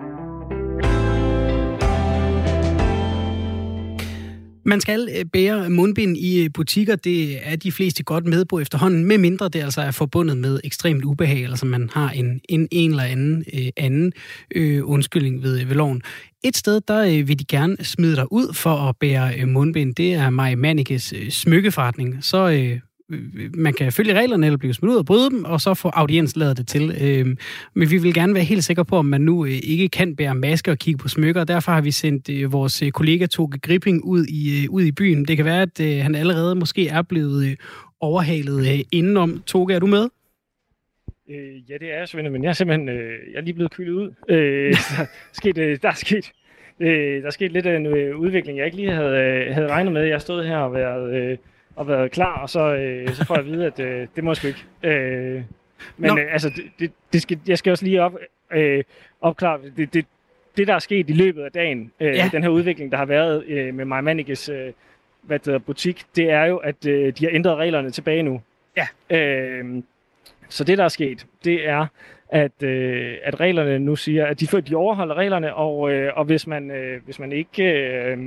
[SPEAKER 1] Man skal bære mundbind i butikker, det er de fleste godt med på efterhånden, med mindre det altså er forbundet med ekstremt ubehag, eller så man har en, en, en eller anden, øh, anden øh, undskyldning ved, ved loven. Et sted, der øh, vil de gerne smide dig ud for at bære øh, mundbind, det er Maj Mannikes øh, smykkeforretning. Så øh, man kan følge reglerne eller blive smidt ud og bryde dem, og så få audiens lavet det til. Øh, men vi vil gerne være helt sikre på, om man nu øh, ikke kan bære masker og kigge på smykker. Derfor har vi sendt øh, vores kollega Toge Gripping ud i, øh, ud i byen. Det kan være, at øh, han allerede måske er blevet øh, overhalet øh, indenom. Toge, er du med?
[SPEAKER 6] Øh, ja, det er jeg, Svende, men jeg er simpelthen øh, jeg er lige blevet kølet ud. Øh, der, er sket, øh, der, er sket, øh, der er sket lidt af en øh, udvikling, jeg ikke lige havde, øh, havde regnet med. Jeg stod her og været... Øh, og været klar, og så, øh, så får jeg at vide, at øh, det må jeg sgu ikke. Øh, Men øh, altså, det, det, det skal, jeg skal også lige op, øh, opklare, det, det, det der er sket i løbet af dagen, øh, ja. den her udvikling, der har været øh, med Maja Manniches øh, hvad der, butik, det er jo, at øh, de har ændret reglerne tilbage nu. Ja. Øh, så det, der er sket, det er, at, øh, at reglerne nu siger, at de, de overholder reglerne, og, øh, og hvis, man, øh, hvis man ikke... Øh,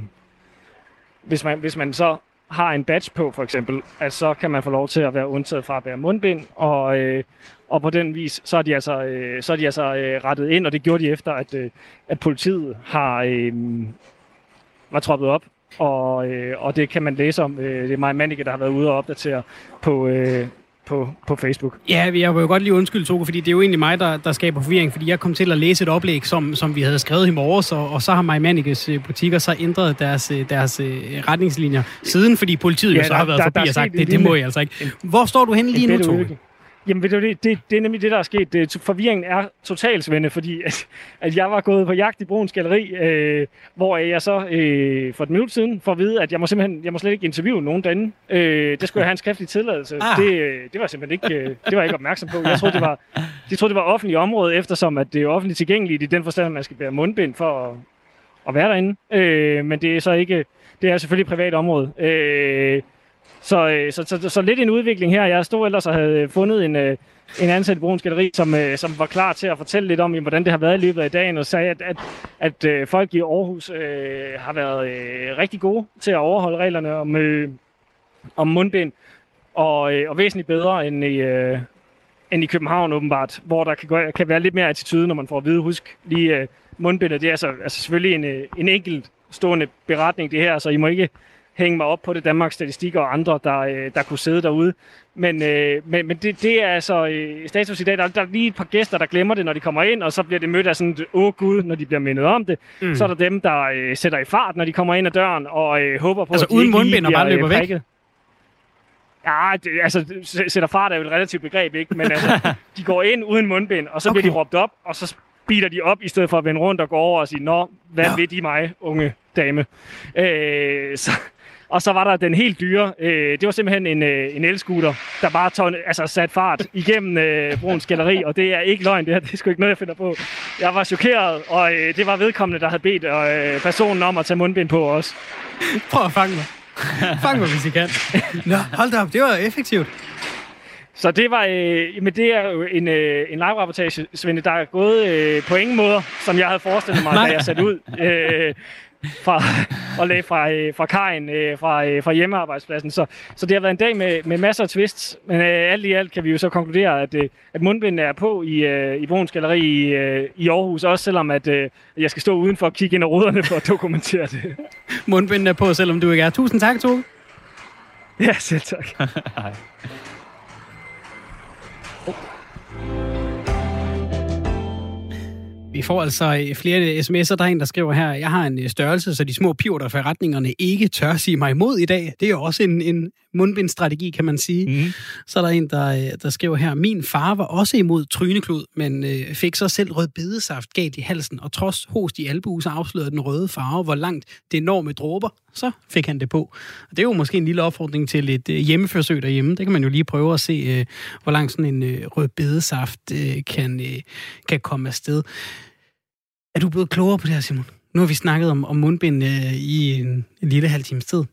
[SPEAKER 6] hvis, man, hvis man så har en badge på, for eksempel, at så kan man få lov til at være undtaget fra at bære mundbind, og, øh, og på den vis, så er de altså, øh, så er de altså øh, rettet ind, og det gjorde de efter, at, øh, at politiet har øh, var troppet op, og, øh, og det kan man læse om. Øh, det er Maja Mannicke, der har været ude og opdatere på, øh, på, på Facebook.
[SPEAKER 1] Ja, jeg vil jo godt lige undskylde, Toge, fordi det er jo egentlig mig, der, der skaber forvirring, fordi jeg kom til at læse et oplæg, som, som vi havde skrevet i morges, og, og så har Maja Mannickes butikker så ændret deres, deres retningslinjer siden, fordi politiet ja, jo så der, har været der, forbi der og sagt, det, det må jeg altså ikke. Hvor står du henne lige nu, Toge?
[SPEAKER 6] Jamen, ved du, det, det, det er nemlig det, der er sket. Det, forvirringen er totalt, Svende, fordi at, at jeg var gået på jagt i Bruuns Galleri, øh, hvor jeg så øh, for et minut siden får at vide, at jeg må simpelthen jeg må slet ikke interviewe nogen derinde. Øh, det skulle jeg have en skriftlig tilladelse. Ah. Det, det var simpelthen ikke, øh, det var jeg ikke opmærksom på. Jeg troede, det var, jeg troede, det var offentligt område, eftersom at det er offentligt tilgængeligt i den forstand, at man skal bære mundbind for at, at være derinde. Øh, men det er så ikke, det er selvfølgelig et privat område. Øh, Så, så, så, så lidt en udvikling her. Jeg stod ellers og havde fundet en, en ansat i Bruuns Galleri, som, som var klar til at fortælle lidt om, hvordan det har været i løbet af dagen, og sagde, at, at, at, at folk i Aarhus øh, har været øh, rigtig gode til at overholde reglerne om, øh, om mundbind, og, øh, og væsentligt bedre end i, øh, end i København åbenbart, hvor der kan, kan være lidt mere attitude, når man får at vide, husk lige øh, mundbindet. Det er altså, altså selvfølgelig en, en enkelt stående beretning, det her, så I må ikke hænge mig op på det, Danmarks Statistik og andre, der, der kunne sidde derude. Men, øh, men, men det, det er altså øh, status i dag. Der, der er lige et par gæster, der glemmer det, når de kommer ind, og så bliver det mødt af sådan, åh gud, når de bliver mindet om det. Mm. Så er der dem, der øh, sætter i fart, når de kommer ind ad døren, og øh, håber på,
[SPEAKER 1] altså,
[SPEAKER 6] at de
[SPEAKER 1] uden
[SPEAKER 6] ikke
[SPEAKER 1] mundbind og bare løber væk?
[SPEAKER 6] Ja, det, altså, sætter fart er jo et relativt begreb, ikke? Men altså, de går ind uden mundbind, og så okay. bliver de råbt op, og så speeder de op, i stedet for at vende rundt og gå over og sige, nå, hvad ja. ved de mig, unge dame? Øh, så... Og så var der den helt dyre, øh, det var simpelthen en, øh, en elscooter, der bare tog, altså, sat fart igennem øh, Bruuns Galleri, og det er ikke løgn, det her, det er sgu ikke noget, jeg finder på. Jeg var chokeret, og øh, det var vedkommende, der havde bedt øh, personen om at tage mundbind på også.
[SPEAKER 1] Prøv at fange mig. Fang mig, hvis I kan. Nå, hold da op, det var effektivt.
[SPEAKER 6] Så det var, øh, men det er jo en, øh, en live-rapportage, Svende, der er gået øh, på ingen måder, som jeg havde forestillet mig, da jeg satte ud. Øh, fra, og lagde fra, øh, fra kajen, øh, fra, øh, fra hjemmearbejdspladsen. Så, så det har været en dag med, med masser af twists, men øh, alt i alt kan vi jo så konkludere, at, øh, at mundbindene er på i, øh, i Bruuns Galleri i, øh, i Aarhus, også selvom at, øh, jeg skal stå udenfor og kigge ind ad ruderne for at dokumentere det.
[SPEAKER 1] Mundbindene er på, selvom du ikke er. Tusind tak, Toge.
[SPEAKER 6] Ja, selv tak. Hej.
[SPEAKER 1] Vi får altså flere sms'er, der er en, der skriver her, jeg har en størrelse, så de små pivoter forretningerne ikke tør sige mig imod i dag. Det er jo også en, en mundbindstrategi, kan man sige. Mm. Så er der en, der, der skriver her, min far var også imod tryneklud, men øh, fik så selv rødbedesaft galt i halsen, og trods host i albue, så afslørede den røde farve, hvor langt det når med dråber, så fik han det på. Og det er jo måske en lille opfordring til et øh, hjemmeforsøg derhjemme. Det kan man jo lige prøve at se, øh, hvor langt sådan en øh, rødbedesaft øh, kan, øh, kan komme afsted. Er du blevet klogere på det her, Simon? Nu har vi snakket om, om mundbind øh, i en, en lille halv times tid.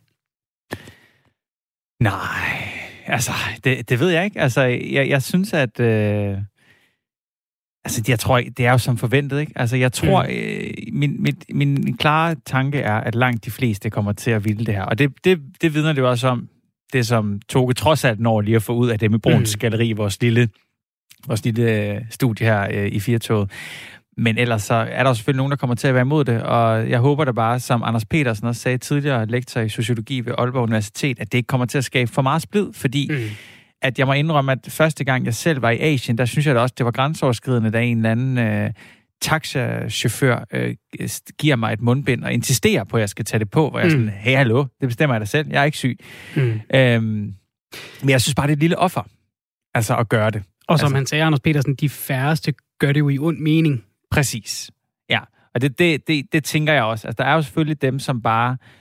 [SPEAKER 2] Nej, altså, det, det ved jeg ikke. Altså, jeg, jeg synes, at... Øh, altså, jeg tror, det er jo som forventet, ikke? Altså, jeg tror... Mm. Øh, min, mit, min klare tanke er, at langt de fleste kommer til at ville det her. Og det, det, det vidner det jo også om, det som Toge trods alt når lige at få ud af det med Bruuns mm. Galleri, vores lille, vores lille studie her øh, i Firtoget. Men ellers så er der selvfølgelig nogen, der kommer til at være imod det, og jeg håber da bare, som Anders Petersen også sagde tidligere, lektor i sociologi ved Aalborg Universitet, at det ikke kommer til at skabe for meget splid, fordi mm. at jeg må indrømme, at første gang jeg selv var i Asien, der synes jeg da også, det var grænseoverskridende, da en eller anden øh, taxachauffør øh, giver mig et mundbind og insisterer på, at jeg skal tage det på, hvor jeg er sådan, hey, hallo, det bestemmer jeg da selv, jeg er ikke syg. Mm. Øhm, men jeg synes bare, det er et lille offer, altså at gøre det.
[SPEAKER 1] Og som
[SPEAKER 2] altså,
[SPEAKER 1] han sagde, Anders Petersen, de færreste gør det jo i ond mening.
[SPEAKER 2] Præcis. Ja, og det, det, det, det tænker jeg også. Altså, der er jo selvfølgelig dem, som bare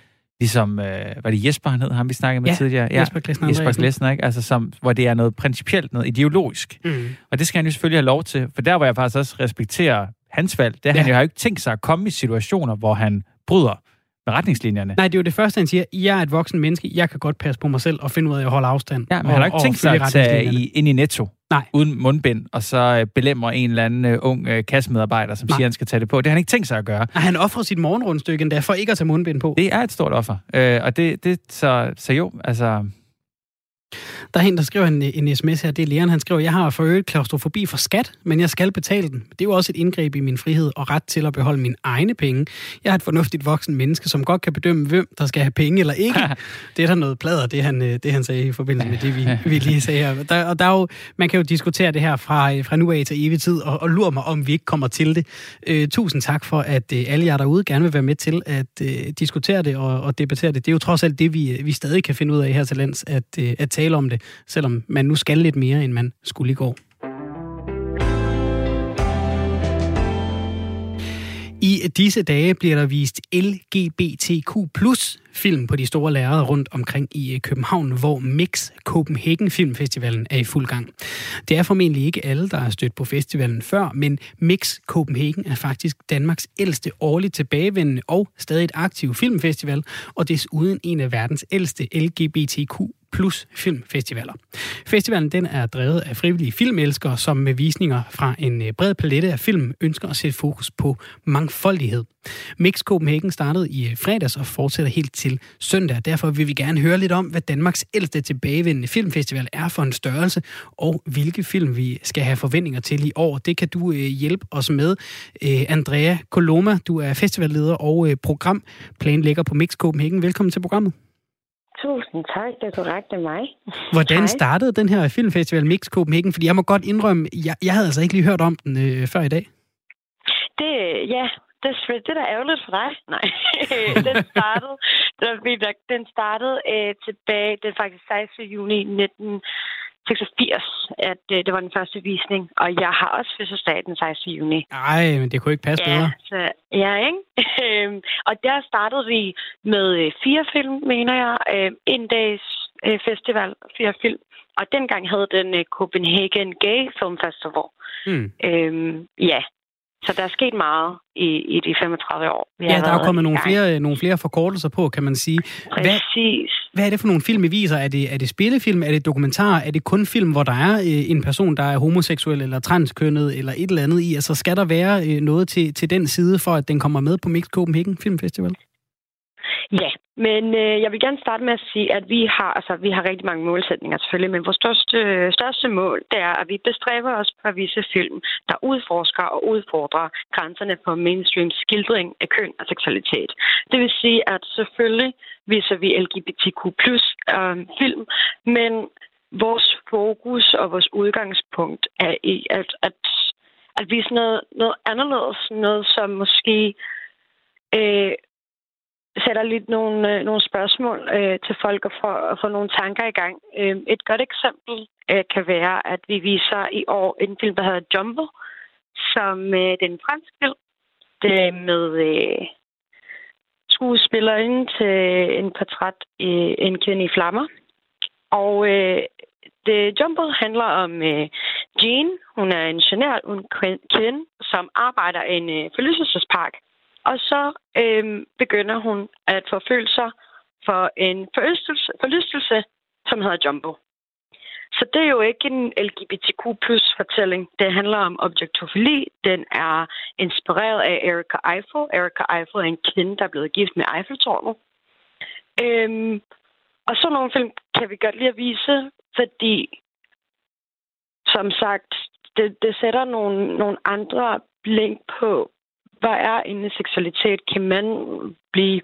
[SPEAKER 2] ligesom, øh, var det Jesper, han hed, ham vi snakkede med
[SPEAKER 1] ja,
[SPEAKER 2] tidligere?
[SPEAKER 1] Ja, Jesper Klesner
[SPEAKER 2] Jesper Klesner, ikke? Altså, som, hvor det er noget principielt, noget ideologisk. Mm. Og det skal han jo selvfølgelig have lov til, for der, hvor jeg faktisk også respekterer hans valg, det er, ja. han jo har ikke tænkt sig at komme i situationer, hvor han bryder med retningslinjerne.
[SPEAKER 1] Nej, det er jo det første, han siger. Jeg er et voksen menneske, jeg kan godt passe på mig selv og finde ud af at holde afstand.
[SPEAKER 2] Ja, men
[SPEAKER 1] og,
[SPEAKER 2] han har ikke tænkt sig at tage i, ind i Netto
[SPEAKER 1] Nej.
[SPEAKER 2] uden mundbind, og så belemre en eller anden uh, ung uh, kassemedarbejder, som Nej. siger, han skal tage det på. Det har han ikke tænkt sig at gøre.
[SPEAKER 1] Og han offrer sit morgenrundstykke endda for ikke at tage mundbind på.
[SPEAKER 2] Det er et stort offer. Uh, og det, det så, så jo, altså...
[SPEAKER 1] Der er en, der skriver en, en sms her, det er Leon, han skriver, jeg har for øvrigt klaustrofobi for skat, men jeg skal betale den. Det er jo også et indgreb i min frihed og ret til at beholde mine egne penge. Jeg er et fornuftigt voksen menneske, som godt kan bedømme, hvem der skal have penge eller ikke. Det er der noget plader, det han, det han sagde i forbindelse med det, vi, vi lige sagde her. Der, og der er jo, man kan jo diskutere det her fra, fra nu af til evig tid, og, og lure mig, om vi ikke kommer til det. Øh, tusind tak for, at øh, alle jer derude gerne vil være med til at øh, diskutere det og, og debattere det. Det er jo trods alt det, vi, vi stadig kan finde ud af her til lands, at, øh, at tale om det, selvom man nu skal lidt mere, end man skulle i går. I disse dage bliver der vist L G B T Q plus film på de store lærreder rundt omkring i København, hvor Mix Copenhagen Filmfestivalen er i fuld gang. Det er formentlig ikke alle, der har stødt på festivalen før, men Mix Copenhagen er faktisk Danmarks ældste årligt tilbagevendende og stadig et aktiv filmfestival, og desuden en af verdens ældste L G B T Q plus filmfestivaler. Festivalen den er drevet af frivillige filmelskere, som med visninger fra en bred palette af film ønsker at sætte fokus på mangfoldighed. Mix Copenhagen startede i fredags og fortsætter helt til søndag. Derfor vil vi gerne høre lidt om, hvad Danmarks ældste tilbagevendende filmfestival er for en størrelse, og hvilke film vi skal have forventninger til i år. Det kan du hjælpe os med. Andrea Coloma, du er festivalleder og programplanlægger på Mix Copenhagen. Velkommen til programmet.
[SPEAKER 7] Tusind tak, det er korrekt af mig.
[SPEAKER 1] Hvordan
[SPEAKER 7] Hej.
[SPEAKER 1] startede den her filmfestival Mix Copenhagen? Fordi jeg må godt indrømme, jeg, jeg havde altså ikke lige hørt om den øh, før i dag.
[SPEAKER 7] Det, ja, det, det er da ærgerligt for dig. Nej, den startede, den startede øh, tilbage, det er faktisk sekstende juni nitten seksogfirs, at øh, det var den første visning, og jeg har også fødselsdag den sekstende juni.
[SPEAKER 1] Nej, men det kunne ikke passe
[SPEAKER 7] ja,
[SPEAKER 1] bedre.
[SPEAKER 7] Så, ja, ikke? Og der startede vi med øh, fire film, mener jeg. Øh, en dags øh, festival, fire film. Og dengang havde den øh, Copenhagen Gay Film Festival. Mm. Øhm, ja, så der er sket meget i, i de femogtredive år.
[SPEAKER 1] Ja, der er jo kommet nogle flere, nogle flere forkortelser på, kan man sige.
[SPEAKER 7] Præcis.
[SPEAKER 1] Hvad, hvad er det for nogle film, I viser? Er det, er det spillefilm? Er det dokumentar? Er det kun film, hvor der er øh, en person, der er homoseksuel eller transkønnet eller et eller andet i? Altså, skal der være øh, noget til, til den side, for at den kommer med på Mix Copenhagen Filmfestival?
[SPEAKER 7] Ja, men øh, jeg vil gerne starte med at sige, at vi har, altså, vi har rigtig mange målsætninger selvfølgelig, men vores største, største mål, det er, at vi bestræber os på at vise film, der udforsker og udfordrer grænserne på mainstream skildring af køn og seksualitet. Det vil sige, at selvfølgelig viser vi L G B T Q plus øh, film, men vores fokus og vores udgangspunkt er i at, at, at vise noget, noget anderledes, noget som måske Øh, sætter lidt nogle, øh, nogle spørgsmål øh, til folk og får, og får nogle tanker i gang. Øh, et godt eksempel øh, kan være, at vi viser i år en film, der hedder Jumbo, som øh, den franske film. Det er med øh, skuespillerinde til en portræt i en kvinde i flammer. Og øh, det Jumbo handler om øh, Jean. Hun er en genert ung kvinde, som arbejder i en øh, forlystelsespark. Og så øh, begynder hun at få følelser for en forlystelse, forlystelse, som hedder Jumbo. Så det er jo ikke en L G B T Q plus fortælling. Det handler om objektofili. Den er inspireret af Erica Eiffel. Erica Eiffel er en kvinde, der er blevet gift med Eiffeltårnet. Øhm, og så nogle film kan vi godt lide at vise, fordi, som sagt, det, det sætter nogle, nogle andre blink på, hvad er en seksualitet? Kan man blive...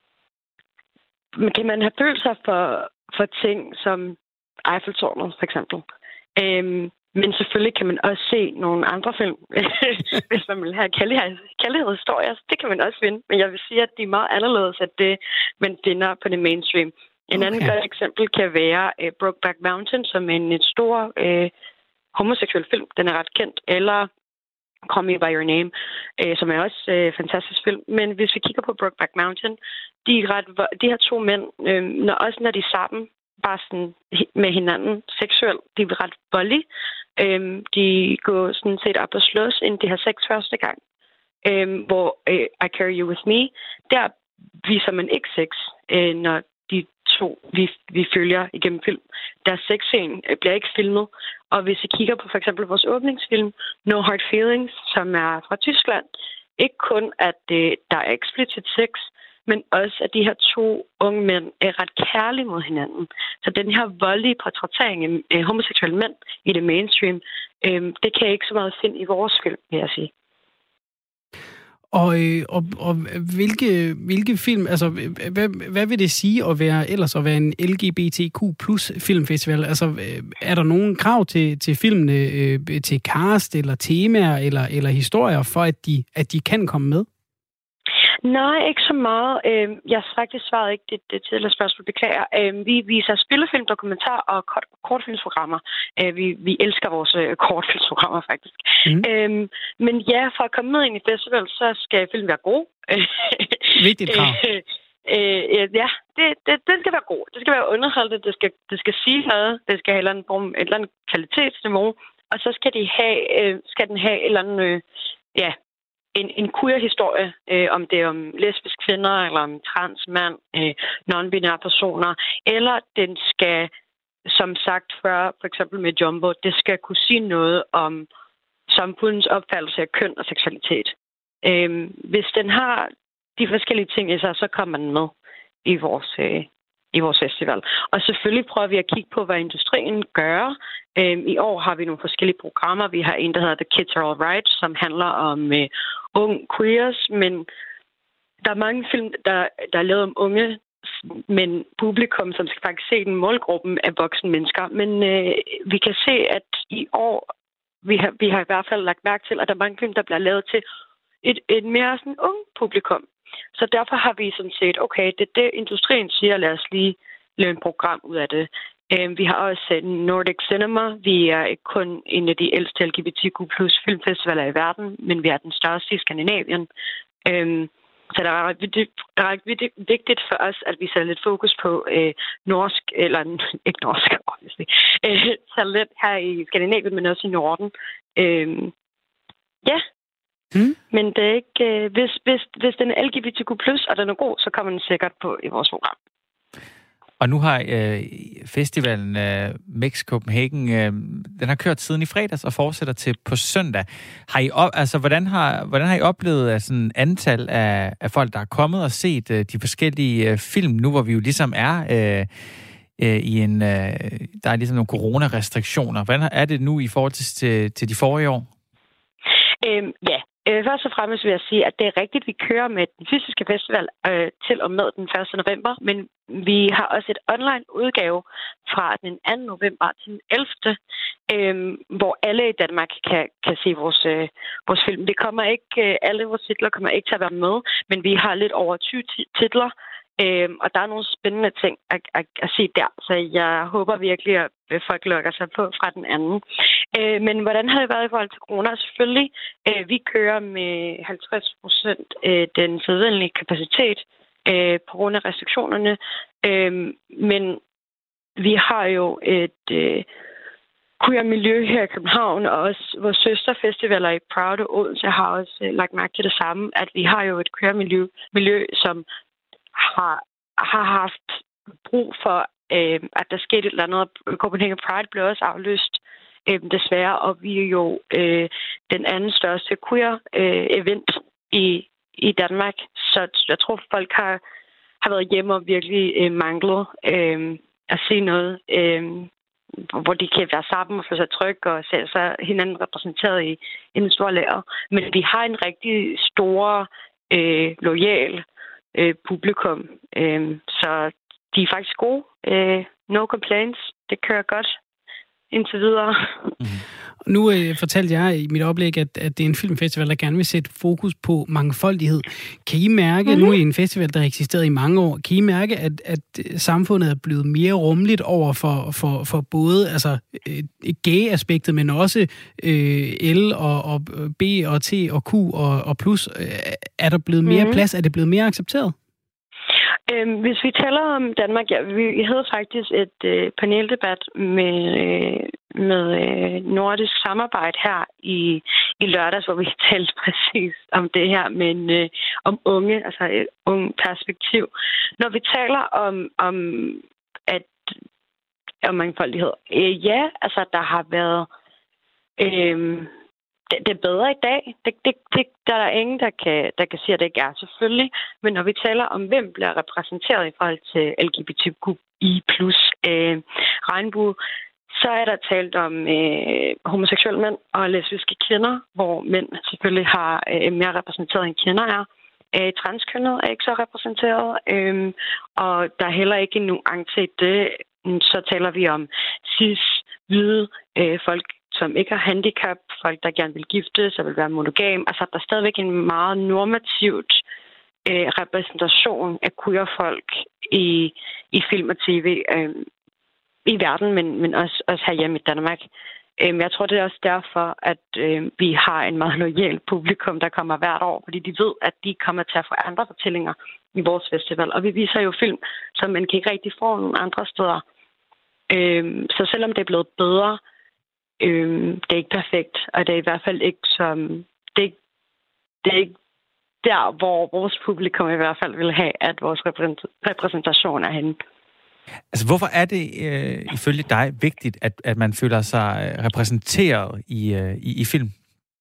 [SPEAKER 7] Kan man have følelser for, for ting som Eiffeltårnet, for eksempel? Øhm, men selvfølgelig kan man også se nogle andre film, hvis man vil have kærlighedshistorier. Det kan man også finde. Men jeg vil sige, at de er meget anderledes, at det, man finder på det mainstream. En okay. anden godt eksempel kan være uh, Brokeback Mountain, som er en et stor uh, homoseksuel film. Den er ret kendt. Eller Call Me By Your Name, øh, som er også øh, fantastisk film. Men hvis vi kigger på Brokeback Mountain, de, er ret, de her to mænd, øh, når, også når de er sammen, bare sådan med hinanden seksuelt, de er ret voldelige. Øh, de går sådan set op og slås, inden de har sex første gang. Øh, hvor øh, I Carry You With Me, der viser man ikke sex, øh, når de to, vi, vi følger igennem film. Deres sexscene bliver ikke filmet. Og hvis I kigger på for eksempel vores åbningsfilm, No Hard Feelings, som er fra Tyskland, ikke kun, at øh, der er explicit sex, men også, at de her to unge mænd er ret kærlige mod hinanden. Så den her voldelige portrættering af øh, homoseksuelle mænd i det mainstream, øh, det kan jeg ikke så meget finde i vores film, vil jeg sige.
[SPEAKER 1] Og, øh, og, og hvilke, hvilke film, altså hvad, hvad vil det sige at være ellers at være en L G B T Q plus filmfestival? Altså er der nogen krav til, til filmene, øh, til cast eller temaer eller, eller historier, for at de, at de kan komme med?
[SPEAKER 7] Nej, ikke så meget. Jeg har faktisk svaret ikke det, det tidligere spørgsmål, beklager. Vi viser spillefilm, dokumentar og kort, kortfilmsprogrammer. Vi, vi elsker vores kortfilmsprogrammer, faktisk. Mm. Øhm, men ja, for at komme med ind i festival, så skal filmen være god.
[SPEAKER 1] Vigtigt krav.
[SPEAKER 7] Øh, ja, det, det, det skal være god. Det skal være underholdende. Det skal, det skal sige noget. Det skal have et eller andet, form, et eller andet kvalitetsniveau. Og så skal, de have, øh, skal den have et eller andet... Øh, ja, En, en queer-historie, øh, om det er om lesbiske kvinder, eller om transmand, øh, non-binære personer, eller den skal, som sagt før, for eksempel med Jumbo, det skal kunne sige noget om samfundets opfattelse af køn og seksualitet. Øh, hvis den har de forskellige ting i sig, så kommer den med i vores, øh, i vores festival. Og selvfølgelig prøver vi at kigge på, hvad industrien gør. Øh, I år har vi nogle forskellige programmer. Vi har en, der hedder The Kids Are All Right, som handler om øh, ung queers, men der er mange film, der, der er lavet om unge, men publikum, som skal faktisk se den målgruppen af voksne mennesker. Men øh, vi kan se, at i år, vi har, vi har i hvert fald lagt mærke til, at der er mange film, der bliver lavet til et, et mere sådan ung publikum. Så derfor har vi sådan set, okay, det er det, industrien siger, lad os lige lave et program ud af det. Vi har også Nordic Cinema. Vi er ikke kun en af de ældste L G B T Q plus filmfestivaler i verden, men vi er den største i Skandinavien. Så det er ret vigtigt for os, at vi sætter lidt fokus på øh, norsk, eller ikke norsk, obviously, øh, talent her i Skandinavien, men også i Norden. Øh, ja, mm. Men det er ikke... Øh, hvis, hvis, hvis den er L G B T Q plus, og den er god, så kommer den sikkert på i vores program.
[SPEAKER 2] Og nu har øh, festivalen øh, Mix Copenhagen, øh, den har kørt siden i fredags og fortsætter til på søndag. Har I op, altså, hvordan, har, hvordan har I oplevet at sådan antal af, af folk, der er kommet og set øh, de forskellige øh, film, nu hvor vi jo ligesom er øh, øh, i en... Øh, der er ligesom nogle coronarestriktioner. Hvordan er det nu i forhold til, til de forrige år?
[SPEAKER 7] Øhm, ja. Først og fremmest vil jeg sige, at det er rigtigt, at vi kører med den fysiske festival øh, til og med den første november, men vi har også et online udgave fra den anden november til den ellevte, øh, hvor alle i Danmark kan, kan se vores, øh, vores film. Det kommer ikke, øh, alle vores titler kommer ikke til at være med, men vi har lidt over tyve titler, øh, og der er nogle spændende ting at, at, at se der, så jeg håber virkelig, at folk lukker sig på fra den anden. Øh, men hvordan har det været i forhold til corona? Selvfølgelig, øh, vi kører med halvtreds procent øh, den sædvanlige kapacitet øh, på grund af restriktionerne. Øh, men vi har jo et øh, queer-miljø her i København, og også vores søsterfestivaler i Proud og Odense har også øh, lagt mærke til det samme, at vi har jo et queer-miljø, miljø, som har, har haft brug for, øh, at der skete et eller andet. Copenhagen Pride blev også aflyst, øh, desværre, og vi er jo øh, den anden største queer-event øh, i, i Danmark. Så jeg tror, folk har, har været hjemme og virkelig øh, manglet øh, at se noget, øh, hvor de kan være sammen og få sig tryg og se sig hinanden repræsenteret i, i en stor lærer. Men vi har en rigtig stor, øh, loyal øh, publikum, øh, så de er faktisk gode. Øh, no complaints. Det kører godt indtil videre.
[SPEAKER 1] Mm. Nu øh, fortalte jeg i mit oplæg, at, at det er en filmfestival, der gerne vil sætte fokus på mangfoldighed. Kan I mærke, mm-hmm. nu i en festival, der har eksisteret i mange år, kan I mærke, at, at samfundet er blevet mere rummeligt over for, for, for både altså, øh, gay-aspektet, men også øh, L og, og B og T og Q og, og plus? Øh, er der blevet mere mm-hmm. plads? Er det blevet mere accepteret?
[SPEAKER 7] Øhm, hvis vi taler om Danmark, ja, vi havde faktisk et øh, paneldebat med, øh, med øh, nordisk samarbejde her i, i lørdags, hvor vi talte præcis om det her, men øh, om unge, altså et ung perspektiv. Når vi taler om, om at om mangfoldighed, øh, ja, altså der har været øh, Det, det er bedre i dag. Det, det, det, der er der ingen, der kan, der kan sige, at det ikke er, selvfølgelig. Men når vi taler om, hvem bliver repræsenteret i forhold til L G B T Q I plus øh, regnbue, så er der talt om øh, homoseksuelle mænd og lesbiske kvinder, hvor mænd selvfølgelig har øh, mere repræsenteret end kvinder er. Øh, transkønnet er ikke så repræsenteret, øh, og der er heller ikke en nuance i det. Så taler vi om cis, hvide øh, folk, som ikke har handicap, folk, der gerne vil giftes og vil være monogam. Altså, der er stadigvæk en meget normativt øh, repræsentation af queer-folk i, i film og tv øh, i verden, men, men også, også herhjemme i Danmark. Øh, jeg tror, det er også derfor, at øh, vi har en meget loyal publikum, der kommer hvert år, fordi de ved, at de kommer til at få andre fortællinger i vores festival. Og vi viser jo film, som man kan ikke rigtig få nogle andre steder. Øh, så selvom det er blevet bedre, Øhm, det er ikke perfekt, og det er i hvert fald ikke som det er ikke, det er ikke der, hvor vores publikum i hvert fald vil have, at vores repræsentation er henne.
[SPEAKER 2] Altså, hvorfor er det øh, ifølge dig vigtigt, at, at man føler sig repræsenteret i, øh, i, i film?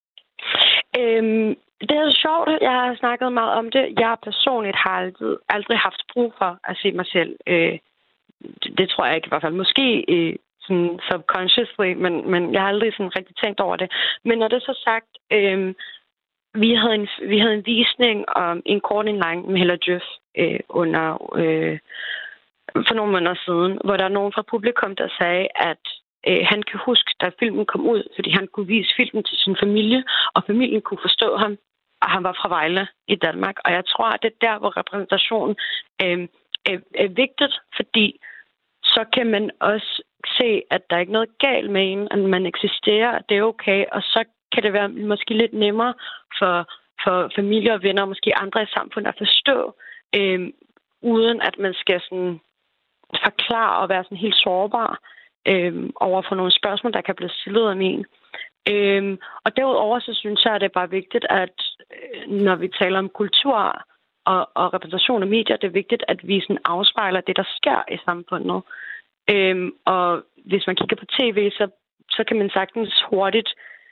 [SPEAKER 7] Øhm, det er sjovt, jeg har snakket meget om det. Jeg personligt har aldrig, aldrig haft brug for at se mig selv. Øh, det, det tror jeg ikke i hvert fald. Måske øh, sådan subconsciously, men, men jeg har aldrig sådan rigtig tænkt over det. Men når det er så sagt, øh, vi, havde en, vi havde en visning om en kort en lang med Hella Jøf øh, under øh, for nogle måneder siden, hvor der er nogen fra publikum, der sagde, at øh, han kan huske, da filmen kom ud, fordi han kunne vise filmen til sin familie, og familien kunne forstå ham, og han var fra Vejle i Danmark. Og jeg tror, at det er der, hvor repræsentationen øh, er, er vigtigt, fordi så kan man også se, at der er ikke noget galt med en, at man eksisterer, at det er okay, og så kan det være måske lidt nemmere for, for familie og venner, og måske andre i samfundet at forstå, øh, uden at man skal sådan forklare og være sådan helt sårbar øh, over for nogle spørgsmål, der kan blive stillet af en. Øh, og derudover så synes jeg, at det er bare vigtigt, at øh, når vi taler om kultur og, og repræsentation af medier, det er vigtigt, at vi sådan afspejler det, der sker i samfundet. Øh, og hvis man kigger på tv, så, så kan man sagtens hurtigt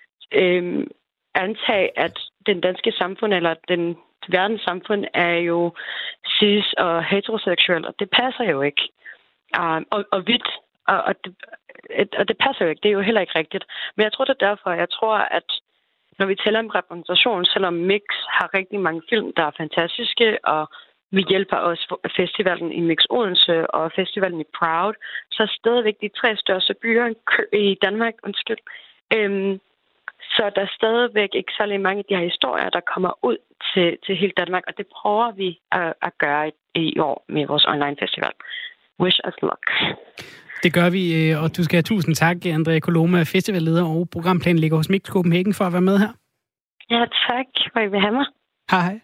[SPEAKER 7] øh, antage, at den danske samfund eller den verdens samfund er jo cis og heteroseksuel, og det passer jo ikke. Uh, og, og hvidt, og, og, det, og det passer jo ikke. Det er jo heller ikke rigtigt. Men jeg tror, det er derfor, jeg tror, at når vi taler om repræsentation, selvom Mix har rigtig mange film, der er fantastiske, og vi hjælper også festivalen i Mix Odense og festivalen i Proud, så er stadigvæk de tre største byer i Danmark, undskyld. Øhm, så der er stadigvæk ikke særlig mange af de her historier, der kommer ud til, til hele Danmark, og det prøver vi at, at gøre i, i år med vores online festival. Wish us luck. Det
[SPEAKER 1] gør vi, og du skal have tusind tak, Andrea Coloma, festivalleder og programplanlægger hos Mix Copenhagen, for at være med her.
[SPEAKER 7] Ja, tak, for at I vil have mig.
[SPEAKER 1] Hej, hej.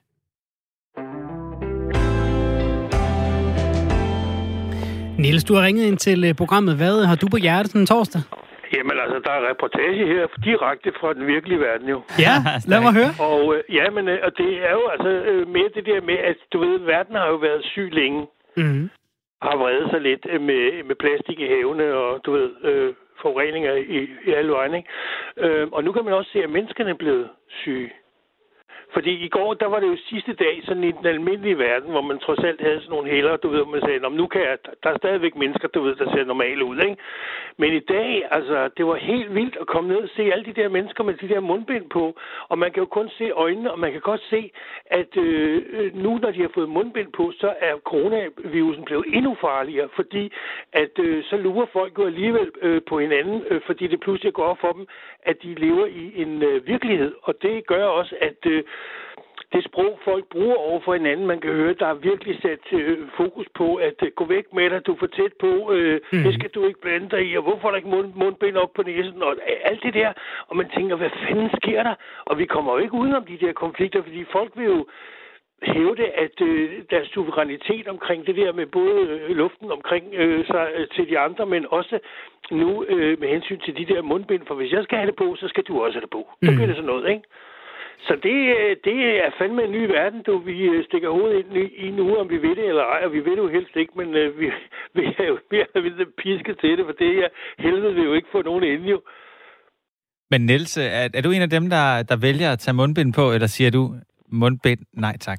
[SPEAKER 1] Niels, du har ringet ind til programmet. Hvad har du på hjertet den torsdag?
[SPEAKER 8] Jamen altså, der er reportage her direkte fra den virkelige verden jo.
[SPEAKER 1] Ja, lad mig høre.
[SPEAKER 8] Og øh, ja, men og det er jo altså øh, mere det der med, at du ved, verden har jo været syg længe. Mhm. Har vredet sig lidt med, med plastik i havene og, du ved, øh, forureninger i, i alle vejen, ikke? Øh, og nu kan man også se, at menneskerne er blevet syge. Fordi i går, der var det jo sidste dag, sådan i den almindelige verden, hvor man trods alt havde sådan nogle hælder, du ved, hvor man sagde, nu kan jeg, der er stadigvæk mennesker, du ved, der ser normale ud, ikke? Men i dag, altså, det var helt vildt at komme ned og se alle de der mennesker med de der mundbind på, og man kan jo kun se øjnene, og man kan godt se, at øh, nu, når de har fået mundbind på, så er coronavirusen blevet endnu farligere, fordi at øh, så lurer folk jo alligevel øh, på hinanden, øh, fordi det pludselig går op for dem, at de lever i en øh, virkelighed, og det gør også, at øh, det sprog, folk bruger over for hinanden, man kan høre, der er virkelig sat øh, fokus på, at øh, gå væk med dig, du er for tæt på, øh, mm. det skal du ikke blande dig i, og hvorfor er der ikke mund, mundbind op på næsen, og øh, alt det der, og man tænker, hvad fanden sker der? Og vi kommer jo ikke udenom de der konflikter, fordi folk vil jo hævde, at øh, deres suverænitet omkring det der med både øh, luften omkring øh, sig øh, til de andre, men også nu øh, med hensyn til de der mundbind, for hvis jeg skal have det på, så skal du også have det på. Mm. Så bliver det sådan noget, ikke? Så det, det er fandme en ny verden, du. Vi stikker hovedet ind i, i nu, om vi ved det eller ej, og vi ved det jo helst ikke, men øh, vi, vi er jo mere pisket til det, for det her helvede vil jo ikke få nogen ende, jo.
[SPEAKER 2] Men Niels, er, er du en af dem, der, der vælger at tage mundbind på, eller siger du mundbind nej tak?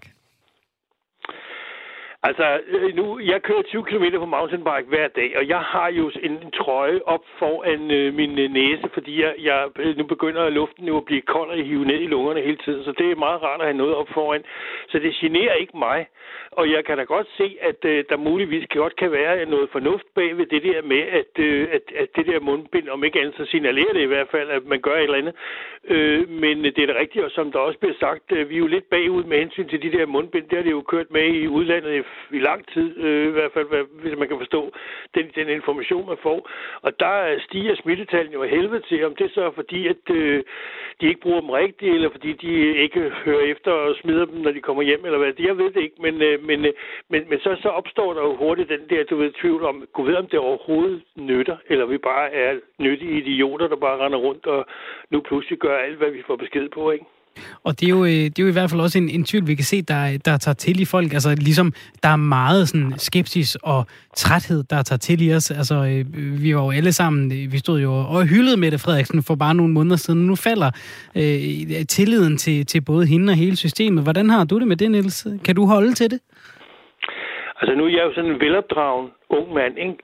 [SPEAKER 8] Altså, nu, jeg kører tyve kilometer på mountainbike hver dag, og jeg har jo en, en trøje op foran øh, min næse, fordi jeg, jeg nu begynder luften jo at blive kold og hive ned i lungerne hele tiden, så det er meget rart at have noget op foran. Så det generer ikke mig, og jeg kan da godt se, at øh, der muligvis godt kan være noget fornuft bag ved det der med, at, øh, at, at det der mundbind, om ikke andet så signalerer det i hvert fald, at man gør et eller andet. Øh, men det er da rigtigt, og som der også bliver sagt, øh, vi er jo lidt bagud med hensyn til de der mundbind. Det har det jo kørt med i udlandet i i lang tid, øh, i hvert fald, hvis man kan forstå den, den information, man får. Og der stiger smittetallene jo af helvede til, om det så er fordi, at øh, de ikke bruger dem rigtigt, eller fordi de ikke hører efter og smider dem, når de kommer hjem, eller hvad. Jeg ved det ikke, men, øh, men, øh, men, men så, så opstår der jo hurtigt den der, du ved, tvivl om, kunne ved, om det overhovedet nytter, eller vi bare er nyttige idioter, der bare render rundt og nu pludselig gør alt, hvad vi får besked på, ikke?
[SPEAKER 1] Og det er, jo, det er jo i hvert fald også en, en tvivl, vi kan se, der, der tager til i folk. Altså ligesom, der er meget sådan, skepsis og træthed, der tager til i os. Altså, vi var jo alle sammen, vi stod jo og hyldede Mette Frederiksen for bare nogle måneder siden. Nu falder øh, tilliden til, til både hende og hele systemet. Hvordan har du det med det, Niels? Kan du holde til det?
[SPEAKER 8] Altså, nu er jeg jo sådan en velopdragen ung mand, ikke?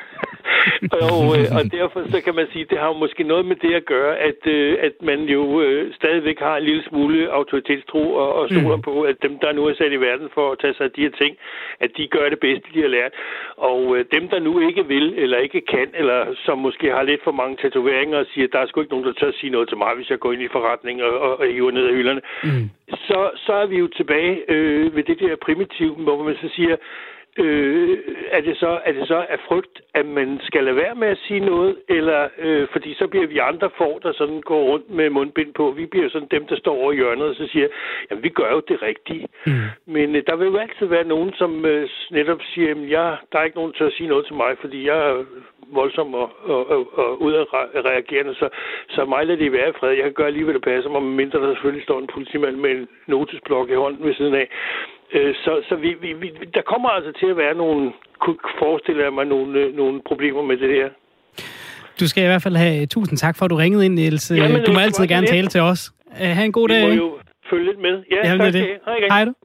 [SPEAKER 8] og, øh, og derfor så kan man sige, det har jo måske noget med det at gøre, at, øh, at man jo øh, stadigvæk har en lille smule autoritetstro og, og stoler mm. på, at dem, der nu er sat i verden for at tage sig af de her ting, at de gør det bedste, de har lært. Og øh, dem, der nu ikke vil, eller ikke kan, eller som måske har lidt for mange tatoveringer og siger, at der er sgu ikke nogen, der tør at sige noget til mig, hvis jeg går ind i forretning og, og, og hiver ned af hylderne, mm. så, så er vi jo tilbage øh, ved det der primitive, hvor man så siger, Øh, er det så er det så af frygt, at man skal lade være med at sige noget, eller øh, fordi så bliver vi andre får, der sådan går rundt med mundbind på. Vi bliver sådan dem, der står over hjørnet og så siger, jamen vi gør jo det rigtige. Mm. Men øh, der vil jo altid være nogen, som øh, netop siger, jamen jeg, der er ikke nogen til at sige noget til mig, fordi jeg er voldsom og, og, og, og udadreagerende, så, så mig lader det være i fred. Jeg kan gøre lige, hvad det passer mig, mindre der selvfølgelig står en politimand med en notesblok i hånden ved siden af. Så, så vi, vi, vi, der kommer altså til at være nogle, kunne forestille mig, nogle, nogle problemer med det der.
[SPEAKER 1] Du skal i hvert fald have tusind tak for, at du ringede ind, Niels. Jamen, du må altid gerne tale til os. Ha' en god dag.
[SPEAKER 8] Vi må jo følge lidt med. Ja, Jamen, tak det. Det. Hej,
[SPEAKER 1] Hej du.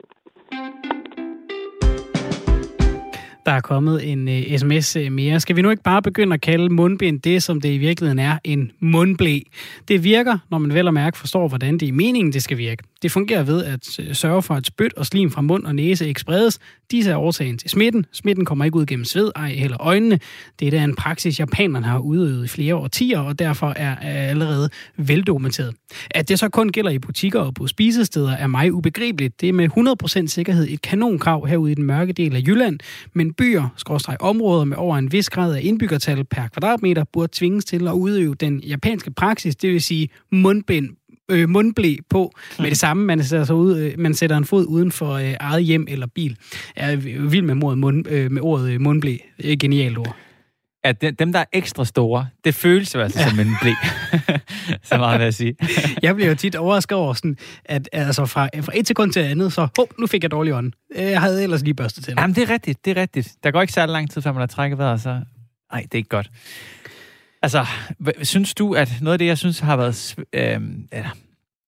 [SPEAKER 1] Der er kommet en uh, sms mere. Skal vi nu ikke bare begynde at kalde mundbind det, som det i virkeligheden er, en mundblæ? Det virker, når man vel og mærke forstår, hvordan det i meningen det skal virke. Det fungerer ved at sørge for, at spyt og slim fra mund og næse ikke spredes. Disse er årsagen til smitten. Smitten kommer ikke ud gennem sved, ej eller øjnene. Det er en praksis, japanerne har udøvet i flere årtier, og derfor er allerede veldokumenteret. At det så kun gælder i butikker og på spisesteder, er mig ubegribeligt. Det er med hundrede procent sikkerhed et kanonkrav herude i den mørke del af Jylland, men byer, skråstreg områder med over en vis grad af indbyggertal per kvadratmeter, burde tvinges til at udøve den japanske praksis, det vil sige mundbind, øh, mundblæ på med det samme. Man sætter, sig ud, øh, man sætter en fod uden for øh, eget hjem eller bil. Jeg er vild med, ordet mund, øh, med ordet mundblæ. Et genialt ord.
[SPEAKER 2] At dem, der er ekstra store, det føles jo altså ja. som en blæ. Så meget vil jeg sige.
[SPEAKER 1] Jeg bliver jo tit overrasket over, sådan, at altså fra, fra et sekund til andet, så oh, nu fik jeg dårlig ånd. Jeg havde ellers lige børstet til.
[SPEAKER 2] Jamen, det er rigtigt, det er rigtigt. Der går ikke særlig lang tid, før man har trækket vejret, så nej, det er ikke godt. Altså, synes du, at noget af det, jeg synes har været... Øh, eller,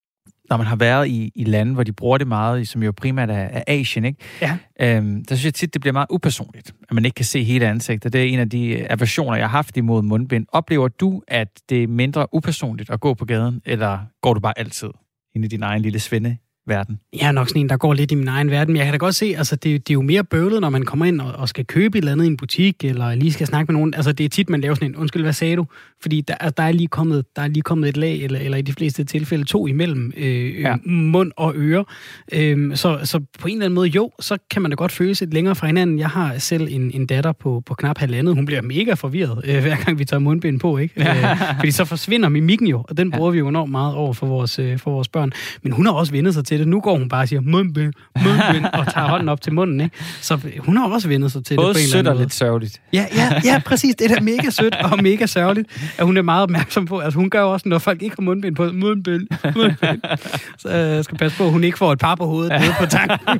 [SPEAKER 2] når man har været i, i lande, hvor de bruger det meget, som jo primært er, er Asien, ikke?
[SPEAKER 1] Ja.
[SPEAKER 2] Øhm, der synes jeg tit, det bliver meget upersonligt, at man ikke kan se hele ansigtet. Det er en af de aversioner, jeg har haft imod mundbind. Oplever du, at det er mindre upersonligt at gå på gaden, eller går du bare altid ind i din egen lille svende? Verden. Jeg
[SPEAKER 1] er nok sådan en, der går lidt i min egen verden, men jeg kan da godt se, altså det, det er jo mere bøvlet, når man kommer ind og, og skal købe et eller andet i en butik, eller lige skal snakke med nogen. Altså det er tit, man laver sådan en, undskyld, hvad sagde du? Fordi der, altså, der, er, lige kommet, der er lige kommet et lag, eller, eller i de fleste tilfælde to imellem øh, ja. mund og øre. Øhm, så, så på en eller anden måde, jo, så kan man da godt føle sig længere fra hinanden. Jeg har selv en, en datter på, på knap halvandet. Hun bliver mega forvirret, øh, hver gang vi tager mundbind på, ikke? Øh, fordi så forsvinder mimikken jo, og den bruger vi jo enormt meget over for vores, øh, for vores børn. Men hun har også vendt sig til det. Nu går hun bare og siger mundbind, mundbind, og tager hånden op til munden, ikke? Så hun har også vendt sig til
[SPEAKER 2] både
[SPEAKER 1] det på en eller anden måde.
[SPEAKER 2] Både sødt og lidt sørgeligt.
[SPEAKER 1] Ja, ja, ja, præcis. Det er da mega sødt og mega sørgeligt, at hun er meget opmærksom på. Altså hun gør også, når folk ikke har mundbind på, mundbind, mundbind. Så jeg skal passe på, at hun ikke får et par på hovedet nede på tanken.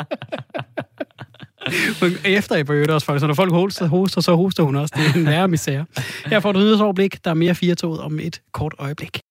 [SPEAKER 1] Efter i bøger også folk, så når folk hoster, hoster, så hoster hun også. Det er en værre misære. Her får du nyhedsoverblik. Der er mere fire toget om et kort øjeblik.